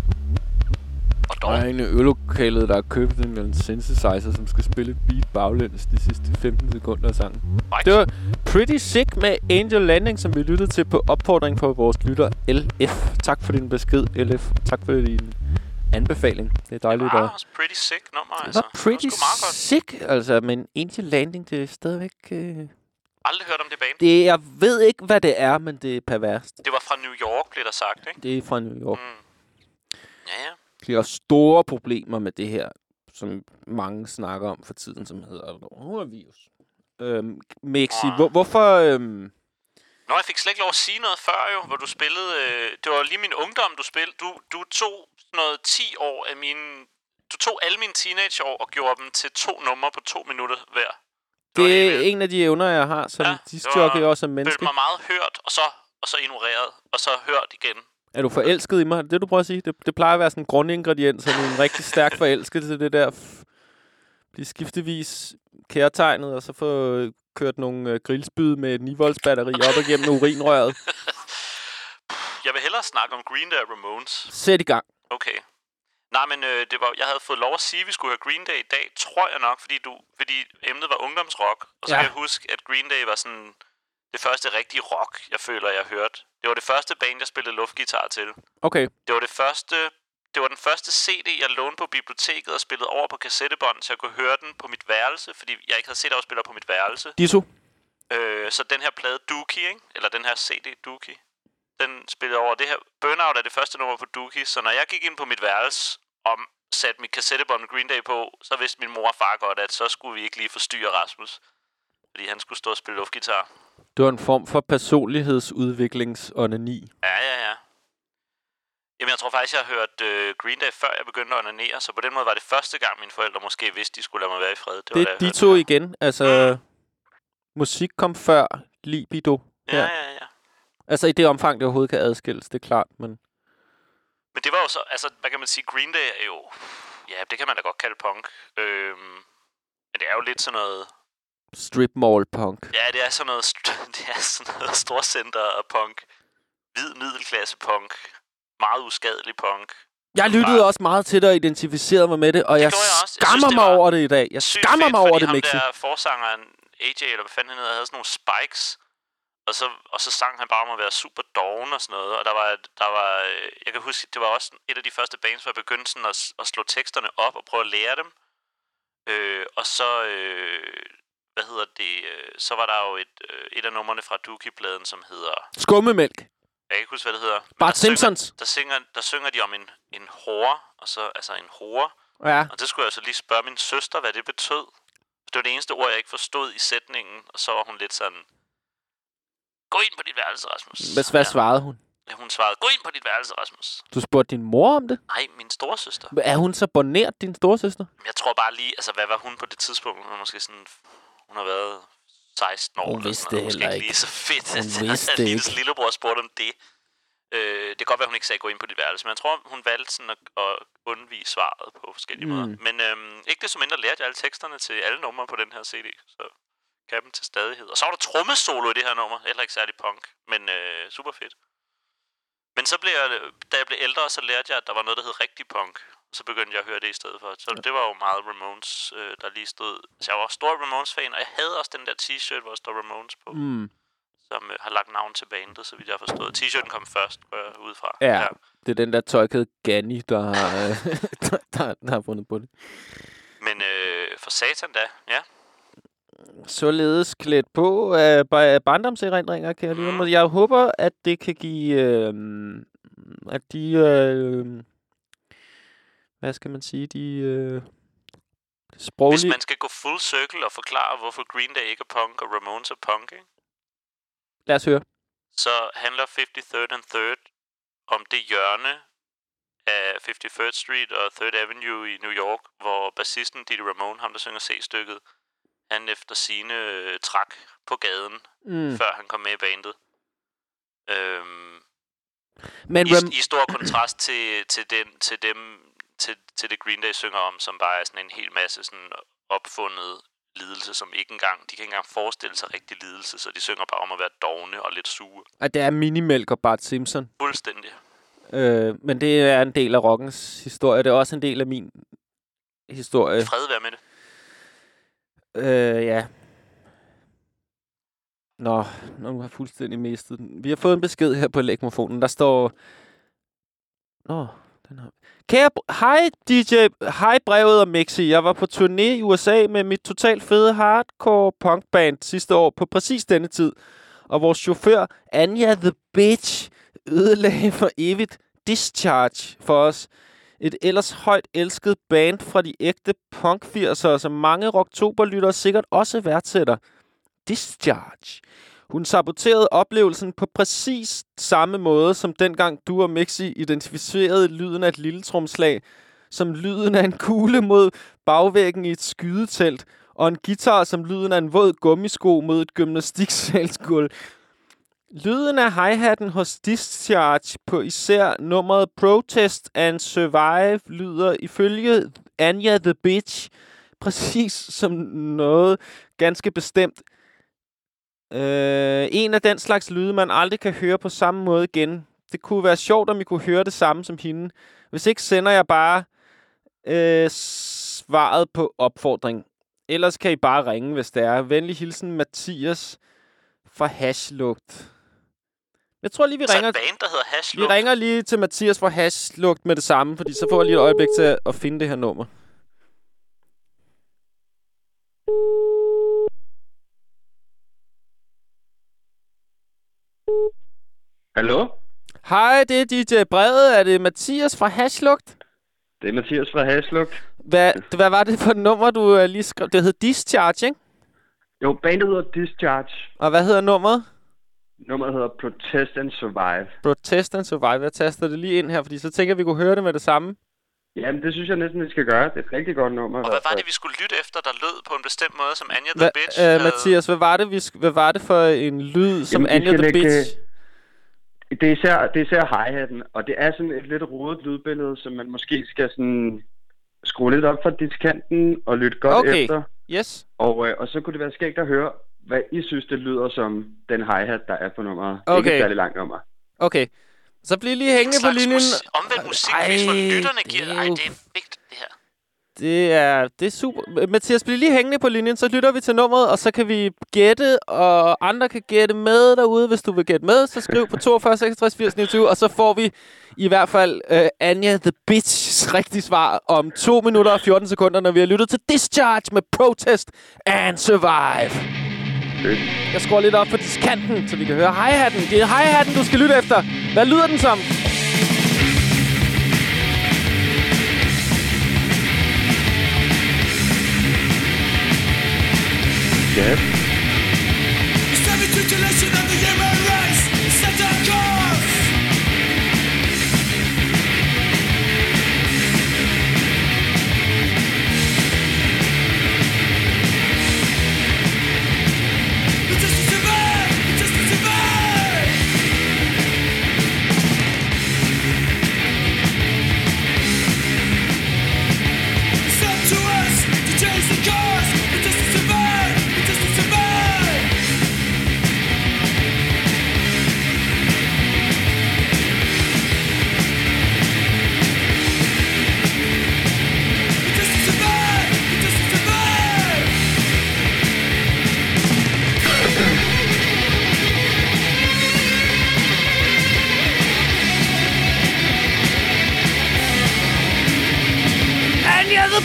Og dog. Der er en øvelokalet, der har købt en, en synthesizer, som skal spille et beat baglæns de sidste femten sekunder af sangen. Right. Det var Pretty Sick med Angel Landing, som vi lyttede til på opfordring fra vores lytter L F. Tak for din besked, L F. Tak for din anbefaling. Det er dejligt. Det var også Pretty Sick nummer, altså. Det var Pretty det var meget godt. Sick, altså. Men Angel Landing, det er stadigvæk... Øh... Aldrig hørt om det band. Det, jeg ved ikke, hvad det er, men det er perverst. Det var fra New York, blev der sagt, ikke? Det er fra New York. Mm. Ja, ja. De har store problemer med det her, som mange snakker om for tiden, som hedder coronavirus. Øhm, Mexi, hvor, hvorfor... Øhm... Nå, jeg fik slet ikke lov at sige noget før jo, hvor du spillede... Øh, det var lige min ungdom, du spillede. Du, du tog noget ti år af mine... Du tog alle mine teenageår og gjorde dem til to numre på to minutter hver. Det, det er helt... en af de evner, jeg har som ja, discjockey også som menneske. Det var mig meget hørt, og så, og så ignoreret, og så hørt igen. Er du forelsket i mig? Det, du prøver at sige? Det, det plejer at være sådan en grundingrediens, så en rigtig stærk forelskelse, det der... F- blive skiftevis kærtegnet, og så få kørt nogle øh, grillspyd med et ni volts batteri op igennem urinrøret. Jeg vil hellere snakke om Green Day og Ramones. Sæt i gang. Okay. Nej, men øh, det var, jeg havde fået lov at sige, at vi skulle høre Green Day i dag, tror jeg nok, fordi, du, fordi emnet var ungdomsrock. Og så ja. kan jeg huske, at Green Day var sådan det første rigtige rock, jeg føler, jeg hørte. Det var det første band, jeg spillede luftgitar til. Okay. Det var det første... Det var den første C D, jeg lånte på biblioteket og spillede over på kassettebånd, så jeg kunne høre den på mit værelse, fordi jeg ikke havde C D-afspiller på mit værelse. Ditto. Øh, så den her plade Dookie, ikke? Eller den her C D Dookie, den spillede over. Det her Burnout er det første nummer på Dookie, så når jeg gik ind på mit værelse og satte mit kassettebånd med Green Day på, så vidste min mor og far godt, at så skulle vi ikke lige forstyrre Rasmus, fordi han skulle stå og spille luftgitar. Det var en form for personlighedsudviklingsonani. Ja, ja, ja. Jamen, jeg tror faktisk, jeg har hørt øh, Green Day, før jeg begyndte at onanere, så på den måde var det første gang, mine forældre måske vidste, de skulle lade mig være i fred. Det, det var, er de to igen. Altså, mm. musik kom før libido. Ja, ja, ja, ja. Altså, i det omfang, det overhovedet kan adskilles, det er klart, men... Men det var jo så, altså, hvad kan man sige, Green Day er jo... Ja, det kan man da godt kalde punk. Øhm, men det er jo lidt sådan noget... Strip mall punk. Ja, det er sådan noget, det er sådan noget storcenter og punk. Hvid middelklasse punk. Meget uskadelig punk. Jeg lyttede bare... også meget til det og identificerede mig med det, og det jeg, jeg skammer jeg mig over det i dag. Jeg skammer fedt, mig over det, Mixi. Fordi ham der forsangeren, A J, eller hvad fanden han hedder, havde sådan nogle spikes, og så, og så sang han bare om at være super doven og sådan noget, og der var, der var, jeg kan huske, det var også et af de første bands, hvor jeg begyndte sådan at, at slå teksterne op og prøve at lære dem. Øh, og så, øh, hvad hedder det, øh, så var der jo et, øh, et af numrene fra Dookie-pladen, som hedder... Skummemælk. Jeg kan ikke huske, hvad det hedder. Bart Simpsons. Synger, der, synger, der synger de om en, en hore, og så, altså en hore. Ja. Og det skulle jeg så lige spørge min søster, hvad det betød. Det var det eneste ord, jeg ikke forstod i sætningen, og så var hun lidt sådan... Gå ind på dit værelse, Rasmus. Hvad, hvad ja. svarede hun? Ja, hun svarede, gå ind på dit værelse, Rasmus. Du spurgte din mor om det? Nej, min storesøster. Er hun så bonert, din storesøster? Jeg tror bare lige, altså hvad var hun på det tidspunkt? Hun var måske sådan... Hun har været seksten år. Hun vidste det heller ikke. Lige så fedt, hun at, at hendes lillebror spurgte om det. Øh, det kan godt være, hun ikke sagde, gå ind på dit værelse, men jeg tror, hun valgte sådan at, at undvige svaret på forskellige mm. måder. Men øhm, ikke desto mindre lærte jeg alle teksterne til alle numre på den her C D, så kan dem til stadighed. Og så var der trommesolo i det her nummer, heller ikke særlig punk, men øh, super fedt. Men så blev jeg, da jeg blev ældre, så lærte jeg, at der var noget, der hed rigtig punk. Så begyndte jeg at høre det i stedet for. Så det var jo meget Ramones, øh, der lige stod. Så jeg var stor Ramones-fan, og jeg havde også den der t-shirt, hvor der står Ramones på. Mm. Som øh, har lagt navn til bandet, så vidt jeg har forstået. T-shirten kom først, går jeg ud fra. Ja, ja, det er den der tøjkede Ganni, der, øh, der, der, der har fundet på det. Men øh, for satan da, ja. Således klædt på af uh, barndomserindringer, kan jeg lige mm. Jeg håber, at det kan give... Øh, at de... Øh, hvad skal man sige? De... Øh, sproglige... Hvis man skal gå full circle og forklare, hvorfor Green Day ikke er punk, og Ramones er punk, ikke? Lad os høre. Så handler fifty-third and third om det hjørne af fifty-third Street og third Avenue i New York, hvor bassisten Didi Ramone, ham der synger C-stykket, han efter sine øh, trak på gaden, mm. før han kom med i bandet. Øhm, Men i, Ram- I stor kontrast til, til, den, til dem, til, til det Green Day synger om, som bare er sådan en hel masse sådan opfundet lidelse, som ikke engang, de kan ikke engang forestille sig rigtig lidelse, så de synger bare om at være dovne og lidt sure. Og det er Minimælk og Bart Simpson. Fuldstændig. Øh, men det er en del af rockens historie. Det er også en del af min historie. Fred være med det. Øh, ja. Nå, nu har jeg fuldstændig mistet den. Vi har fået en besked her på lægmofonen. Der står... Nå, den har... Kære... Hej D J... Hej brevet og Mixi. Jeg var på turné i U S A med mit totalt fede hardcore punkband sidste år på præcis denne tid. Og vores chauffør, Anja the Bitch, ødelagde for evigt Discharge for os. Et ellers højt elsket band fra de ægte punk firsere, som mange rocktoberlyttere sikkert også værdsætter. Discharge. Hun saboterede oplevelsen på præcis samme måde, som dengang du og Mixi identificerede lyden af et lille tromslag, som lyden af en kugle mod bagvæggen i et skydetelt, og en guitar som lyden af en våd gummisko mod et gymnastiksalsgulv. Lyden af hi-hatten hos Discharge på især nummeret Protest and Survive lyder ifølge Anja the Bitch præcis som noget ganske bestemt. Øh, en af den slags lyde, man aldrig kan høre på samme måde igen. Det kunne være sjovt, om I kunne høre det samme som hende. Hvis ikke, sender jeg bare øh, svaret på opfordring. Ellers kan I bare ringe, hvis det er. Venlig hilsen, Mathias fra Hashlugt. Jeg tror lige, vi ringer... Så band, der hedder Hashlugt. Vi ringer lige til Mathias fra Hashlugt med det samme, fordi så får jeg lige et øjeblik til at finde det her nummer. Hallo? Hej, det er D J Brede. Er det Mathias fra Hashlugt? Det er Mathias fra Hashlugt. Hvad, hvad var det for et nummer, du lige skrev? Det hed Discharge, ikke? Jo, bandet hedder Discharge. Og hvad hedder nummeret? Nummeret hedder Protest and Survive. Protest and Survive. Jeg taster det lige ind her, fordi så tænker jeg, vi kunne høre det med det samme. Jamen, det synes jeg næsten, vi skal gøre. Det er et rigtig godt nummer. Og hvad var det, vi skulle lytte efter, der lød på en bestemt måde, som Anja the Bitch øh, havde... Mathias, hvad var det, vi sk- hvad var det for en lyd, som Jamen, Anja the lægge... Bitch... Det er især, det er især hi-hatten, og det er sådan et lidt rodet lydbillede, som man måske skal sådan skrue lidt op for diskanten og lytte godt okay. efter. Yes. Og, øh, og så kunne det være skægt at høre, hvad I synes, det lyder som den hi-hat, der er på nummeret. Okay. Ikke et særlig langt nummer. Okay. Så bliv lige hængende på linjen. Mus- omvendt musikvis, hvor lytterne giver... Ej, det er vigtigt, det her. Det er, det er super. Mathias, bliv lige hængende på linjen, så lytter vi til nummeret, og så kan vi gætte, og andre kan gætte med derude. Hvis du vil gætte med, så skriv på toogfyrre seksogtres firs niogtyve, og så får vi i hvert fald uh, Anja the Bitch's rigtige svar om to minutter og fjorten sekunder, når vi har lyttet til Discharge med Protest and Survive. Jeg skruer lidt op på diskanten, så vi kan høre hi-hatten. Det er hi-hatten, du skal lytte efter. Hvad lyder den som? Yes.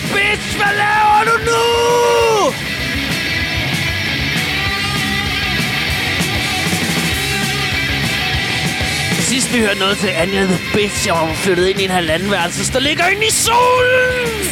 bitch! Hvad laver du nu? Sidst vi hørte noget til Anja the Bitch, jeg var flyttet ind i en halvandenværelse, der ligger inde i solen!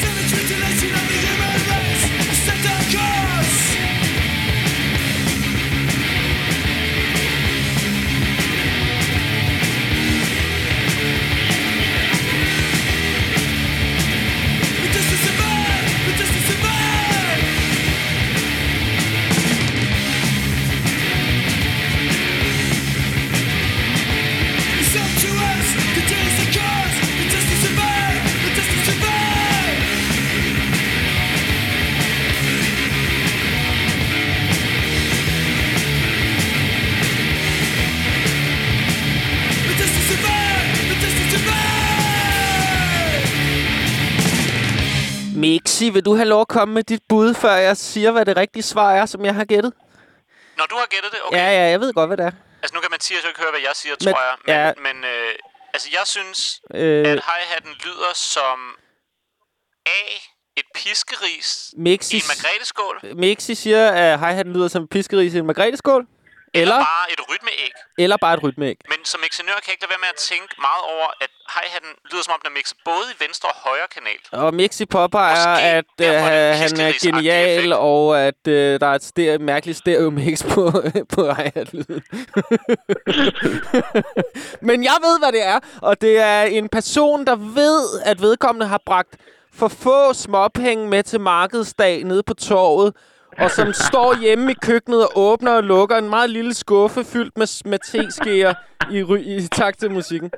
Mixi, vil du have lov at komme med dit bud, før jeg siger, hvad det rigtige svar er, som jeg har gættet? Når du har gættet det? Okay. Ja, ja, jeg ved godt, hvad det er. Altså, nu kan Mathias jo ikke høre, hvad jeg siger, men, tror jeg. Men, ja. men øh, altså, jeg synes, øh, at hi-hatten lyder som A, et piskeris Mixi, i en margreteskål. Mixi siger, at hi-hatten lyder som piskeris i en margreteskål. Eller, eller bare et rytmeæg. Eller bare et rytmeæg. Men som mixenør kan jeg ikke lade være med at tænke meget over, at hi-hatten lyder som om, den mixer både i venstre og højre kanal. Og Mixi påpeger, at øh, han er genial, og at øh, der er et stereo, mærkeligt stereo-mix på, på hi-hat-lyden. Men jeg ved, hvad det er, og det er en person, der ved, at vedkommende har bragt for få småpenge med til markedsdag nede på torvet, og som står hjemme i køkkenet og åbner og lukker en meget lille skuffe fyldt med, med teskeer i, ry- i takt til musikken.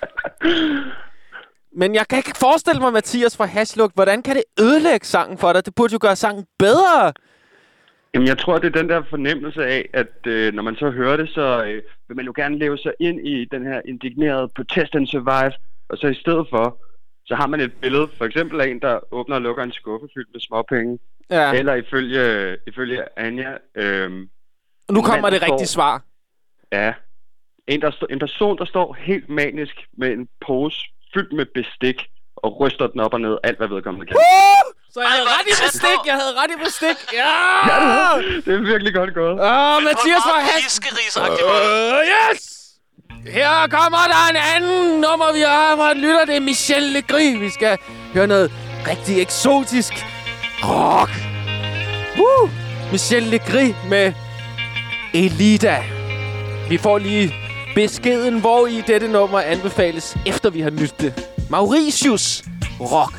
Men jeg kan ikke forestille mig, Mathias fra Hashluk, hvordan kan det ødelægge sangen for dig? Det burde jo gøre sangen bedre. Jamen, jeg tror, det er den der fornemmelse af, at øh, når man så hører det, så øh, vil man jo gerne leve sig ind i den her indignerede protest and survive, og så i stedet for, så har man et billede, for eksempel af en, der åbner og lukker en skuffe fyldt med småpenge. Ja. Eller ifølge, ifølge Anja... Øhm, nu kommer det rigtige svar. Ja. En, der st- en person, der står helt manisk med en pose fyldt med bestik og ryster den op og ned, alt hvad vedkommende kan. Uh! Så jeg havde ret i bestik! Jeg havde ret i bestik! Ja! Ja, det, det er virkelig godt gået. Åh, uh, Mathias var has... Uh, yes! Her kommer der en anden nummer, vi har fra en lytter. Det er Michel Legris. Vi skal høre noget rigtig eksotisk rock. Woo! Michel Legris med Elida. Vi får lige beskeden, hvor i dette nummer anbefales, efter vi har nyttet det. Mauritius rock.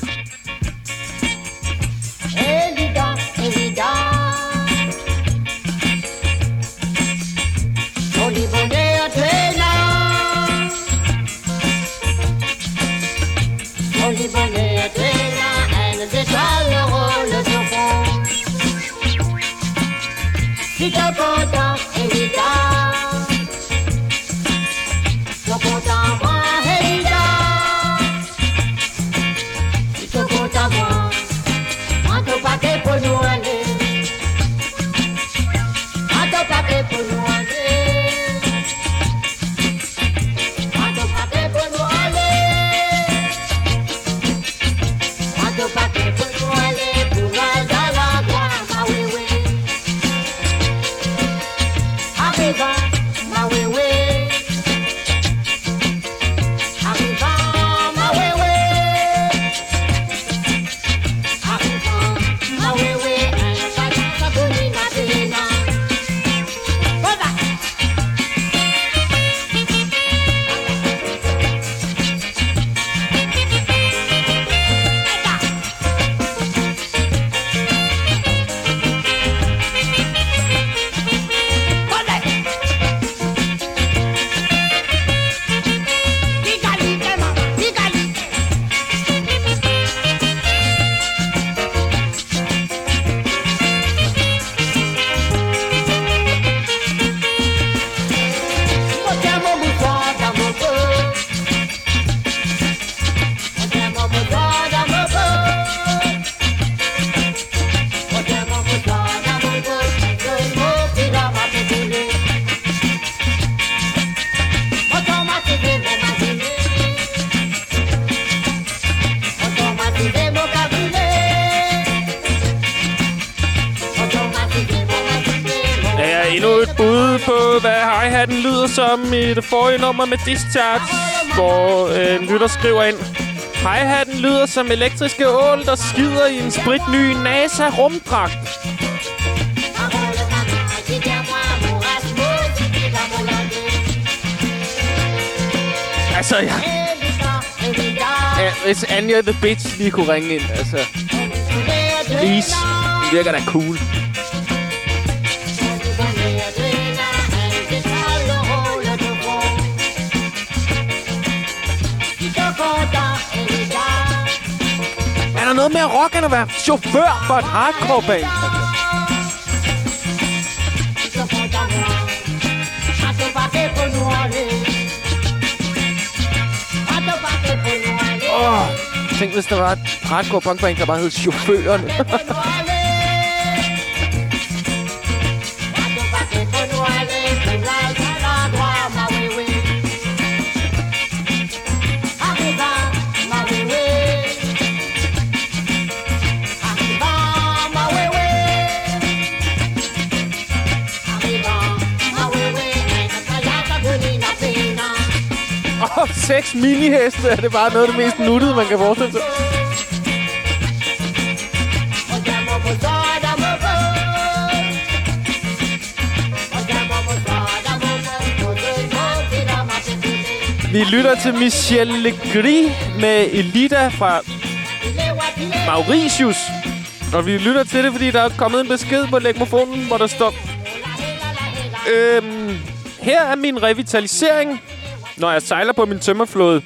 Elida, Elida. Oli bonheur tena. Oli bonheur tena. Elle déchale le rôle de fond. Si t'es content, Elida. T'es content, moi, Elida. Si t'es content, moi. Quanto paquet pour nous aller. Quanto paquet pour nous aller. Quanto paquet pour nous aller. Quanto paquet pour nous aller. Pour aller dans la gloire, ma oui oui. Arrivant, ma oui oui. Arrivant, ma oui oui. Arrivant, ma oui oui. Endnu et bud på, hvad hi-hatten lyder som i det forrige nummer med Discharge, hvor øh, en lytter skriver ind. Hi-hatten lyder som elektriske ål, der skider i en spritny NASA-rumdragt. Altså, ja. Ja, hvis Anja the Bitch lige kunne ringe ind, altså. Please. Det virker da cool. Er der noget mere rock end at være chauffør for et hardcore-band? Åh, oh, tænk hvis der var et hardcore punkband, der bare hed Chaufføren. Åh, oh, seks miniheste, er det bare noget af det mest nuttede, man kan forestille sig. Vi lytter til Michel Legris med Elida fra Mauritius. Og vi lytter til det, fordi der er kommet en besked på legmofonen, hvor der står... Øhm, her er min revitalisering, når jeg sejler på min tømmerflåde.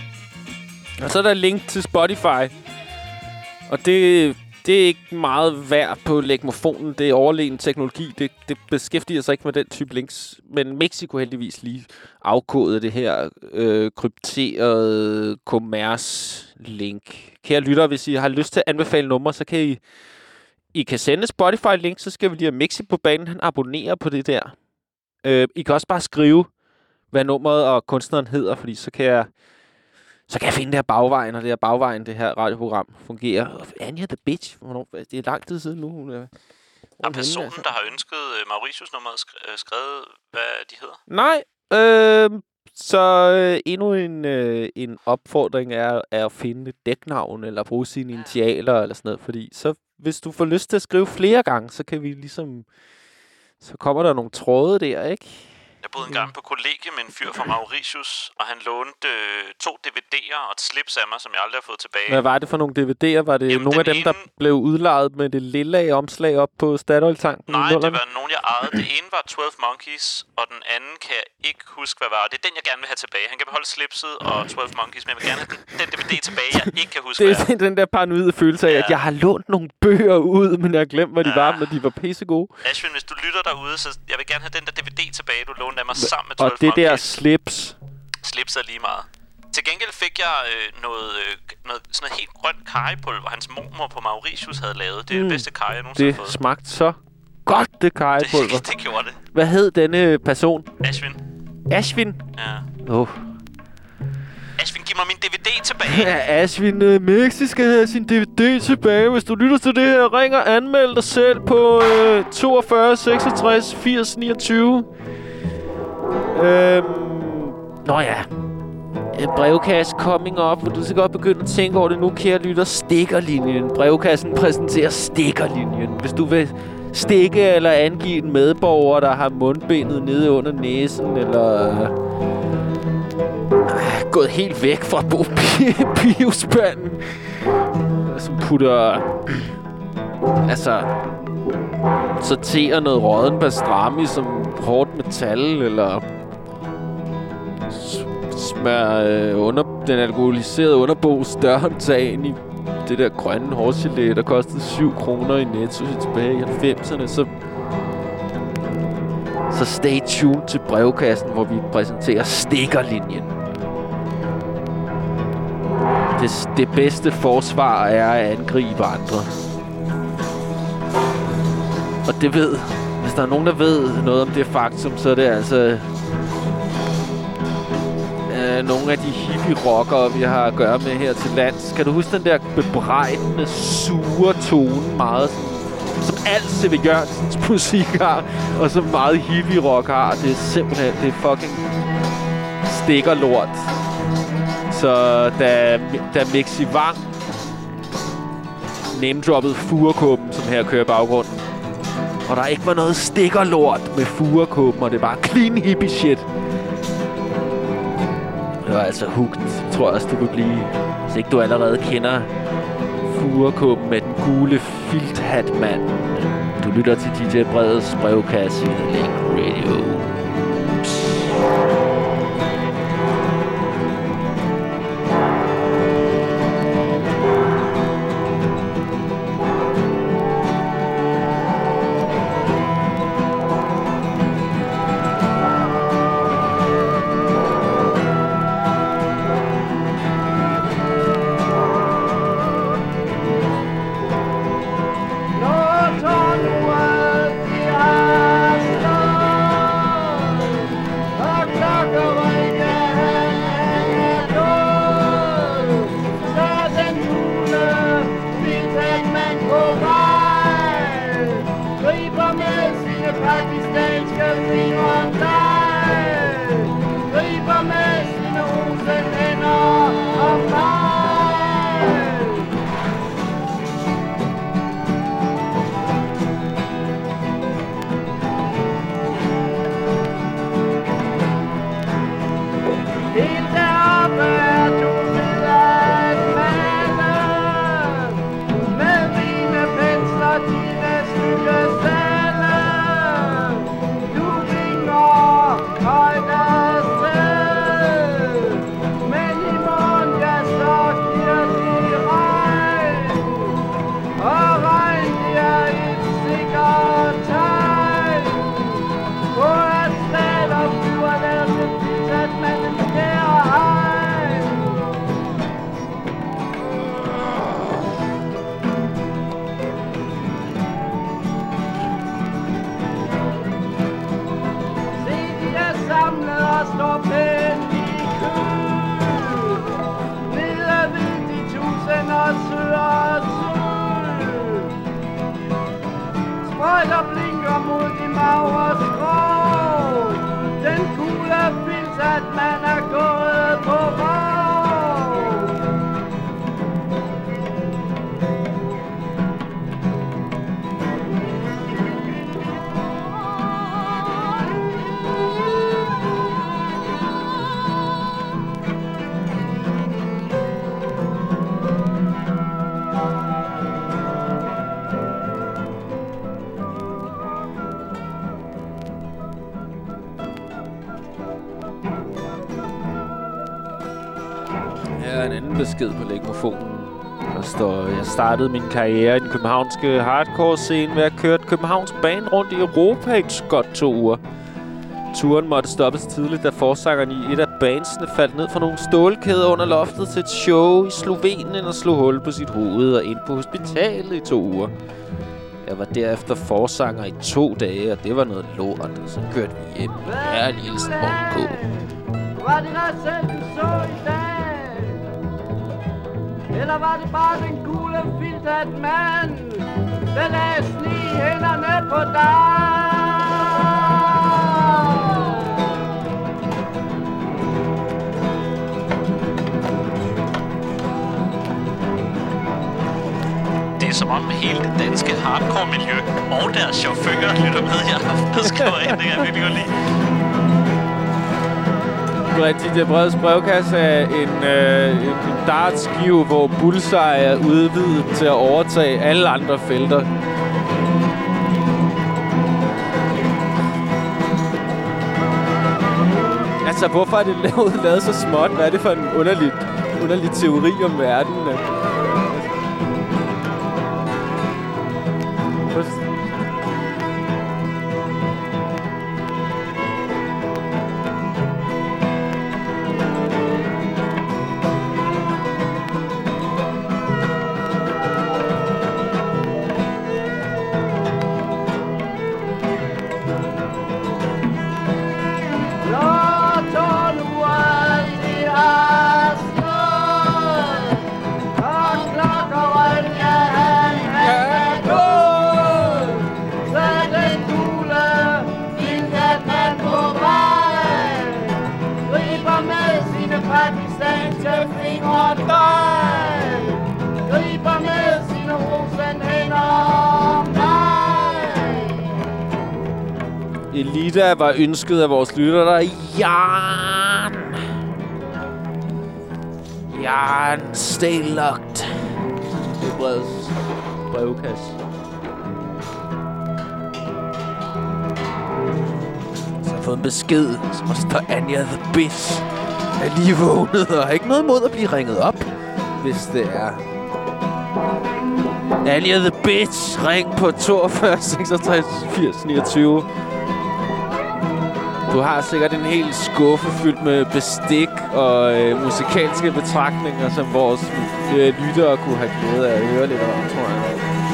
Og så er der link til Spotify. Og det, det er ikke meget værd på legmofonen. Det er overlegen teknologi. Det, det beskæftiger sig ikke med den type links. Men Mexico heldigvis lige afkodet det her øh, krypterede commerce-link. Kære lyttere, hvis I har lyst til at anbefale numre, så kan I, I kan sende Spotify-link, så skal vi lige have Mexi på banen. Han abonnerer på det der. Øh, I kan også bare skrive, hvad nummeret og kunstneren hedder, fordi så kan jeg så kan jeg finde det her bagvejen, og det her bagvejen, det her radioprogram fungerer. Anja the Bitch, hvornår, det er lang tid siden nu. Hun er, er personen, altså. Der har ønsket uh, Mauritius-nummeret sk- skrevet, hvad de hedder? Nej, øh, så øh, endnu en, øh, en opfordring er, er at finde et dæknavn, eller bruge sine initialer, eller sådan noget, fordi så, hvis du får lyst til at skrive flere gange, så kan vi ligesom, så kommer der nogle tråde der, ikke? Jeg boede engang på kollegie med en fyr fra Mauritius, og han lånte øh, to D V D'er og et slips af mig, som jeg aldrig har fået tilbage. Hvad var det for nogle D V D'er? Var det Jamen, nogle af dem, ene... der blev udlejet med det lille omslag op på Statoil-tanken? Nej, det var nogen, jeg ejede. Det ene var tolv Monkeys, og den anden kan jeg ikke huske, hvad var. Det er den, jeg gerne vil have tilbage. Han kan beholde slipset og tolv Monkeys, men jeg vil gerne have den D V D tilbage, jeg ikke kan huske, det hvad er den der paranoide følelse af, ja. At jeg har lånt nogle bøger ud, men jeg har glemt, hvad de ja. var, men de var pissegode. Ashwin, hvis du lytter derude, så jeg vil gerne have den der D V D tilbage, du lånte af mig sammen med tolv Og det der slips. Slips er lige meget. Til gengæld fik jeg øh, noget, øh, noget, sådan noget helt grønt karrypulver, hans mormor på Mauritius havde lavet. Det er mm. det bedste karry, jeg nogensinde har fået. Det smagte så godt, det karrypulver. Det, det gjorde det. Hvad hed denne person? Ashwin. Ashwin? Ja. Åh. Oh. Ashwin, giv mig min D V D tilbage. Ja, Ashwin, uh, Mexi skal have sin D V D tilbage. Hvis du lytter til det her, ring og anmeld dig selv på uh, toogfyrre seksogtres firs niogtyve. Øhm, nå ja. Brevkasse coming up, hvor du så godt begynde at tænke over det nu, kære lytter. Stikkerlinjen. Brevkassen præsenterer stikkerlinjen. Hvis du vil stikke eller angive en medborger, der har mundbindet nede under næsen, eller øh, gået helt væk fra biospanden, som putter altså sorterer noget rådden pastrami som hårdt metal, eller smører øh, under, den alkoholiserede underbogs dørhåndtag ind i det der grønne hårgelé, der kostede syv kroner i Netto tilbage i halvfemserne, så så stay tuned til brevkassen, hvor vi præsenterer stikkerlinjen. Det, det bedste forsvar er at angribe andre. Og det ved, hvis der er nogen, der ved noget om det faktum, så er det altså nogle af de hippie-rockere, vi har at gøre med her til lands. Kan du huske den der bebrejdende, sure tone? Meget sådan som alt C V Jørgensens musik har, og som meget hippie rock har. Det er simpelthen, det er fucking stikker lort. Så da, da Mixi Wang name-droppede Furekåben, som her kører i baggrunden, og der ikke var noget stikker lort med Furekåben, og det var clean hippie shit. Det var altså hooked. Jeg tror også, du vil blive, hvis ikke du allerede kender Furekåben med den gule filthat, mand. Du lytter til D J Breds brevkasse i The Lake Radio. Besked på legmofonen. Der står, jeg startede min karriere i den københavnske hardcore-scene ved at køre Københavns band rundt i Europa i godt to uger. Turen måtte stoppes tidligt, da forsangeren i et af bandsene faldt ned fra nogle stålkæder under loftet til et show i Slovenien og slog hul på sit hoved og ind på hospitalet i to uger. Jeg var derefter forsanger i to dage, og det var noget lort, og så kørte vi hjem. Herlig hilsen, Morten K. Var det dig selv, du så i dag? Eller var det bare den gule filthat mand, der lagde sne i hænderne på dig? Det er som om hele det danske hardcore-miljø og deres chauffører lytter med i aften og skriver ind. Det kan jeg virkelig godt lide. D J Breds brevkasse er en, øh, en dartskive, hvor bullseye er udvidet til at overtage alle andre felter. Altså, hvorfor er det lavet, lavet så småt? Hvad er det for en underlig, underlig teori om verden? Elita var ønsket af vores lytter, der er Jan. Jan, stay locked. Det er brevets brevkasse. Så har jeg fået en besked, som også står Anja the Bitch. Jeg er lige vågnet og har ikke noget imod at blive ringet op, hvis det er. Anja the Bitch, ring på toogfyrre seksogtres firs niogtyve. Du har sikkert en hel skuffe fyldt med bestik og øh, musikalske betragtninger, som vores øh, lyttere kunne have glæde af at høre lidt om, tror jeg.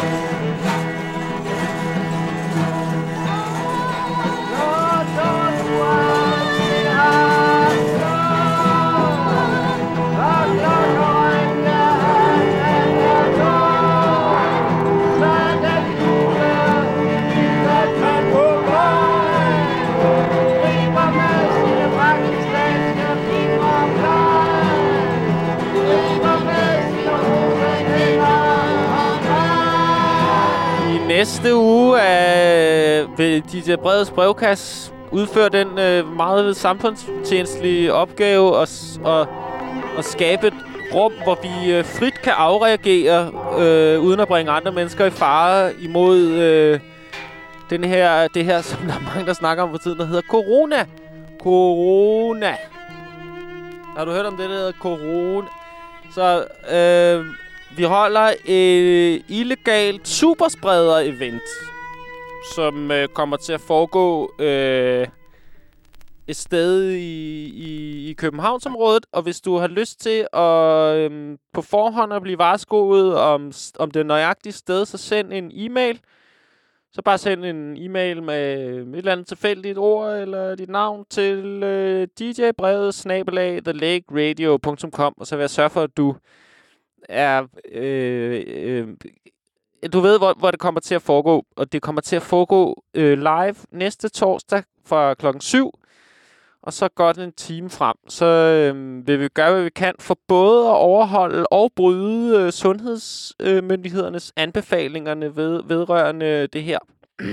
Næste uge er, vil D J Breds brevkasse udføre den øh, meget samfundstjenestlige opgave at, at, at skabe et rum, hvor vi øh, frit kan afreagere, øh, uden at bringe andre mennesker i fare imod øh, den her, det her, som der er mange, der snakker om for tiden, der hedder corona. Corona. Har du hørt om det, der hedder corona? Så øh, vi holder et illegalt superspreder-event, som øh, kommer til at foregå øh, et sted i, i, i Københavnsområdet. Og hvis du har lyst til at øh, på forhånd at blive varskoet om, om det nøjagtige sted, så send en e-mail. Så bare send en e-mail med et eller andet tilfældigt ord eller dit navn til øh, D J brevet snabel-a the lake radio punktum com, og så vil jeg sørge for, at du er øh, øh, du ved, hvor, hvor det kommer til at foregå. Og det kommer til at foregå øh, live næste torsdag fra klokken syv. Og så godt en time frem. Så øh, vil vi gøre, hvad vi kan for både at overholde og bryde øh, sundhedsmyndighedernes øh, anbefalingerne ved, vedrørende det her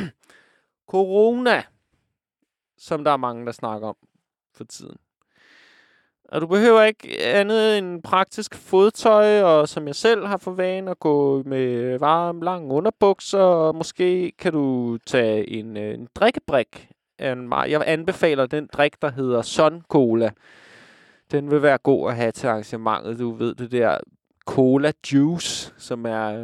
corona, som der er mange, der snakker om for tiden. Og du behøver ikke andet end praktisk fodtøj, og som jeg selv har for vane at gå med varme, lange underbukser, og måske kan du tage en, en drikkebrik. Jeg anbefaler den drik, der hedder Sun Cola. Den vil være god at have til arrangementet. Du ved, det der Cola Juice, som er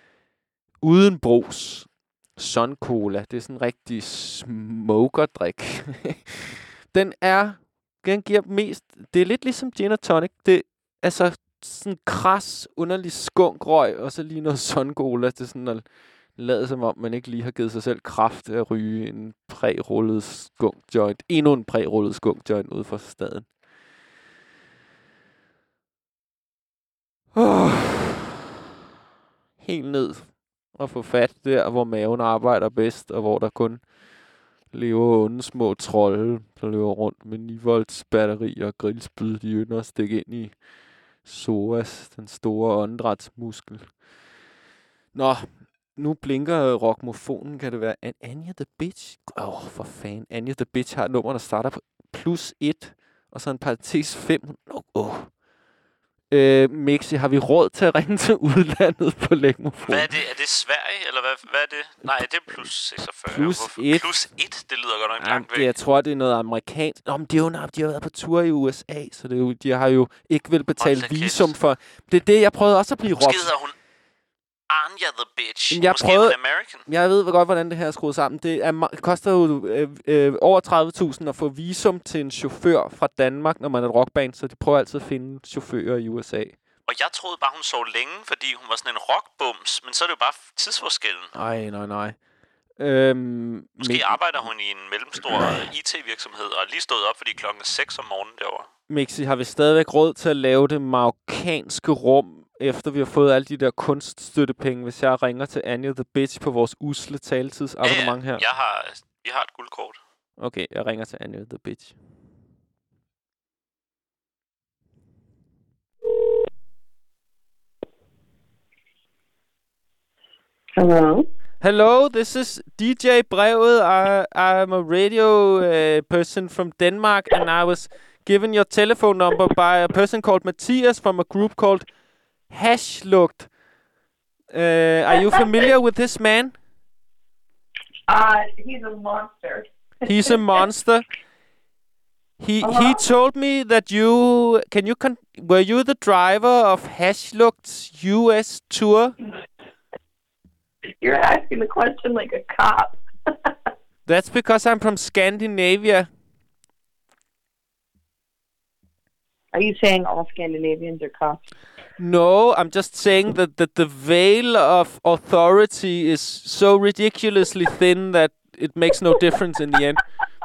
uden brus. Sun Cola. Det er sådan en rigtig smokerdrik. Den er... Den giver mest... Det er lidt ligesom gin og tonic. Det er altså sådan kras, underlig skunkrøg, og så lige noget Sun Cola. Det er sådan at lade som om, man ikke lige har givet sig selv kraft at ryge en prærullet skunkjoint. Endnu en prærullet skunkjoint ude fra staden. Oh. Helt ned og få fat der, hvor maven arbejder bedst, og hvor der kun lever onde små trolde, der løber rundt med ni volts batteri og grillspyd. De ynder at stikke ind i psoas, den store åndedrætsmuskel. Nå, nu blinker rockmofonen. Kan det være An- Anja the Bitch? Åh, oh, for fanden. Anja the Bitch har et nummer, der starter på plus et, og så en parentes fem. Åh. Oh. Øh, Mixi, har vi råd til at ringe til udlandet på lægmofon? Hvad er det? Er det Sverige, eller hvad, hvad er det? Nej, det er plus seksogfyrre. Plus et. Plus et, det lyder godt nok ja, langt væk. Jeg tror, det er noget amerikansk. Nå, men de har jo de har været på tur i U S A, så det er jo, de har jo ikke vel betalt visum for... Det er det, jeg prøvede også at blive rock. Måske hedder hun Anja the Bitch. Jeg Måske prøvede, American. Jeg ved godt, hvordan det her er skruet sammen. Det er, koster jo øh, øh, over tredive tusind at få visum til en chauffør fra Danmark, når man er et rockband, så de prøver altid at finde chauffører i U S A. Og jeg troede bare, hun sov længe, fordi hun var sådan en rockbums, men så er det jo bare tidsforskellen. Nej, nej, nej. Øhm, Måske Mik- arbejder hun i en mellemstor I T-virksomhed, og er lige stået op, fordi klokken er seks om morgenen derovre. Mixi, har vi stadigvæk råd til at lave det marokkanske rum, efter vi har fået alle de der kunststøttepenge, hvis jeg ringer til Anja the Bitch på vores usle taletidsabonnement her? Ja, jeg har, vi har et guldkort. Okay, jeg ringer til Anja the Bitch. Hello. Hello, this is D J Brevet. I, I'm a radio uh, person from Denmark, and I was given your telephone number by a person called Matthias from a group called Hashlugt. Uh, are you familiar with this man? Uh, he's a monster. He's a monster. He uh-huh. he told me that you can you con- were you the driver of Hashlugt's U S tour? You're asking the question like a cop. That's because I'm from Scandinavia. Are you saying all Scandinavians are cops? No, I'm just saying that, that the veil of authority is so ridiculously thin that it makes no difference in the end.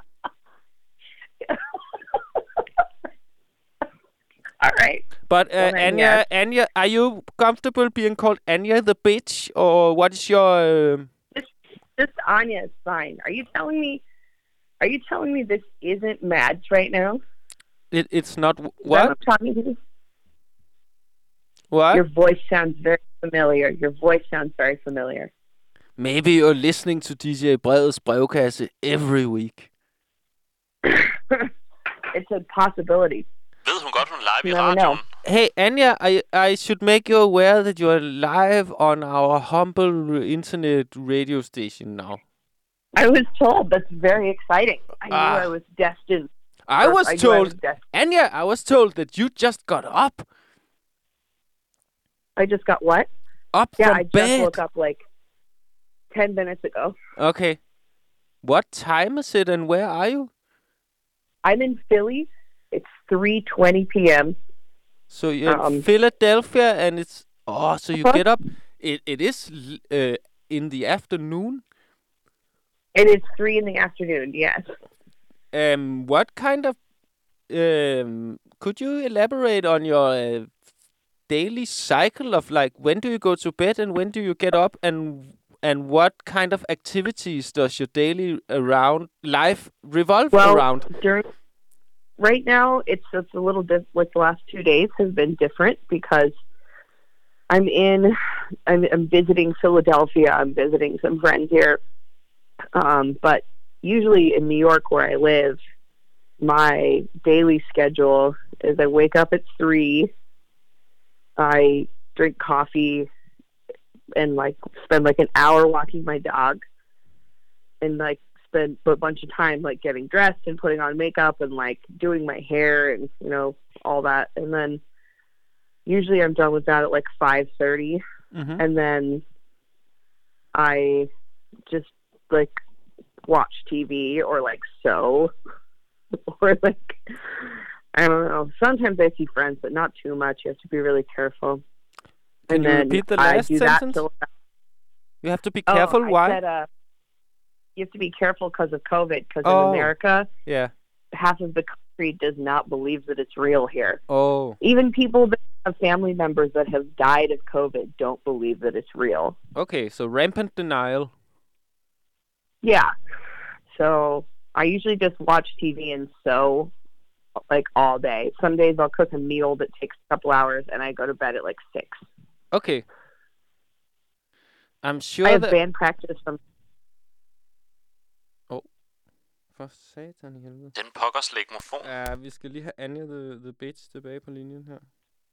All right. But uh, well, Anya, yeah. Anya, are you comfortable being called Anya the bitch, or what is your? Uh... Just, just Anya is fine. Are you telling me? Are you telling me this isn't Mads right now? It it's not what? I'm talking to you? What? Your voice sounds very familiar. Your voice sounds very familiar. Maybe you're listening to D J Brevet's brevkasse every week. It's a possibility. Ved hun godt, hun er live i radioen? Hey, Anya, I, I should make you aware that you are live on our humble internet radio station now. I was told. That's very exciting. I knew ah. I was destined. I was I told, I was destined. Anya, I was told that you just got up. I just got what? Up yeah, from I bed? just woke up like ten minutes ago. Okay. What time is it and where are you? I'm in Philly. It's three twenty p.m. So you're um, in Philadelphia, and it's... Oh, so you get up... It It is uh, in the afternoon? It is three in the afternoon, yes. Um, what kind of... Um, could you elaborate on your uh, daily cycle of, like, when do you go to bed and when do you get up, and and what kind of activities does your daily around life revolve well, around? During... Right now, it's it's a little bit like the last two days have been different because I'm in, I'm, I'm visiting Philadelphia. I'm visiting some friends here. Um, but usually in New York, where I live, my daily schedule is I wake up at three. I drink coffee and like spend like an hour walking my dog, and like. Spend a bunch of time like getting dressed and putting on makeup and like doing my hair and you know all that, and then usually I'm done with that at like five thirty, mm-hmm. and then I just like watch T V or like sew or like I don't know. Sometimes I see friends, but not too much. You have to be really careful. Can and you then repeat the last I do sentence? That till... You have to be careful. Oh, Why? I said, uh, you have to be careful because of COVID, because oh, in America, yeah, half of the country does not believe that it's real here. Oh. Even people that have family members that have died of COVID don't believe that it's real. Okay, so rampant denial. Yeah. So I usually just watch T V and sew like all day. Some days I'll cook a meal that takes a couple hours and I go to bed at like six. Okay. I'm sure I have that... band practice from... For satan i helvede. Den pokkers lægmofon. Ja, vi skal lige have Anja the, the bitch tilbage på linjen her.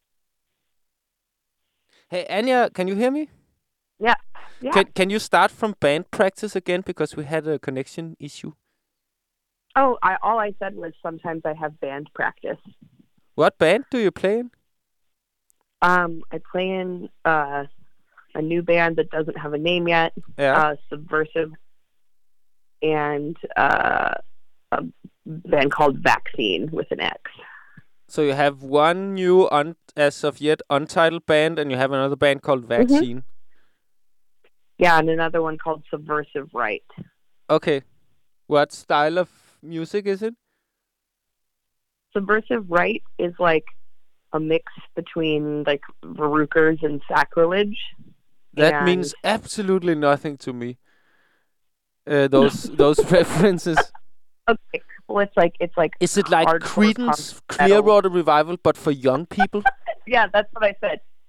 Hey, Anja, can you hear me? Yeah. yeah. Can, can you start from band practice again? Because we had a connection issue. Oh, I, all I said was sometimes I have band practice. What band do you play in? Um, I play in uh, a new band that doesn't have a name yet. Yeah. Uh, Subversive. And uh, a band called Vaccine with an X. So you have one new, un- as of yet, untitled band, and you have another band called Vaccine. Mm-hmm. Yeah, and another one called Subversive Right. Okay. What style of music is it? Subversive Right is like a mix between like Verruchers and Sacrilege. That and means absolutely nothing to me. Uh, those those references. Okay, well, it's like it's like. Is it like Creedence Clearwater Revival, but for young people? Yeah, that's what I said. Yeah,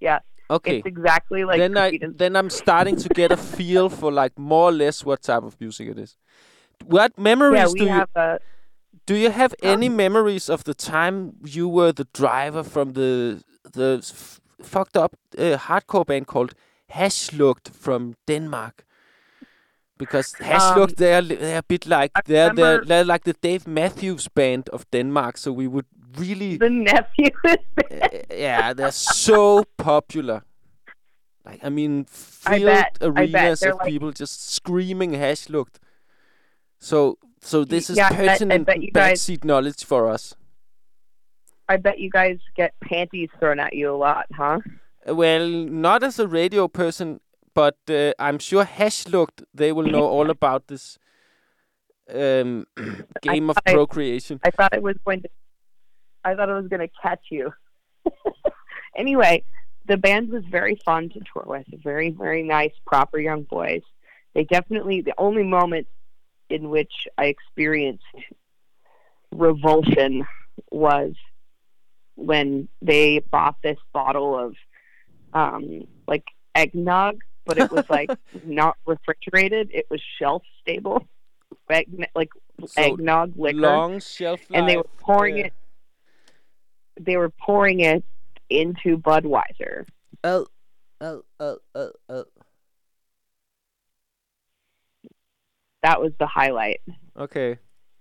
Okay. It's exactly like then I Creedence. then I'm starting to get a feel for like more or less what type of music it is. What memories yeah, we do you have a, do you have um, any memories of the time you were the driver from the the f- fucked up uh, hardcore band called Hashlugt from Denmark? Because Hashlugt, Um, they're li- they're a bit like I they're, they're remember- they're like the Dave Matthews Band of Denmark. So we would really the nephew. uh, yeah, they're so popular. Like I mean, I filled bet, I bet. arenas They're of like- people just screaming Hashlugt. So so this is Yeah, I bet- I pertinent bet you guys- backseat knowledge for us. I bet you guys get panties thrown at you a lot, huh? Well, not as a radio person, but uh, I'm sure Hashlugt, they will know all about this um, game of I- procreation. I thought it was going to. I thought it was going to catch you. Anyway, the band was very fun to tour with. Very, very nice, proper young boys. They definitely the only moment in which I experienced revulsion was when they bought this bottle of um, like eggnog, but it was like not refrigerated. It was shelf stable, Egg, like So eggnog liquor. Long shelf life. and they were pouring yeah. it they were pouring it into Budweiser. Oh, oh, oh, oh, oh. That was the highlight. Okay.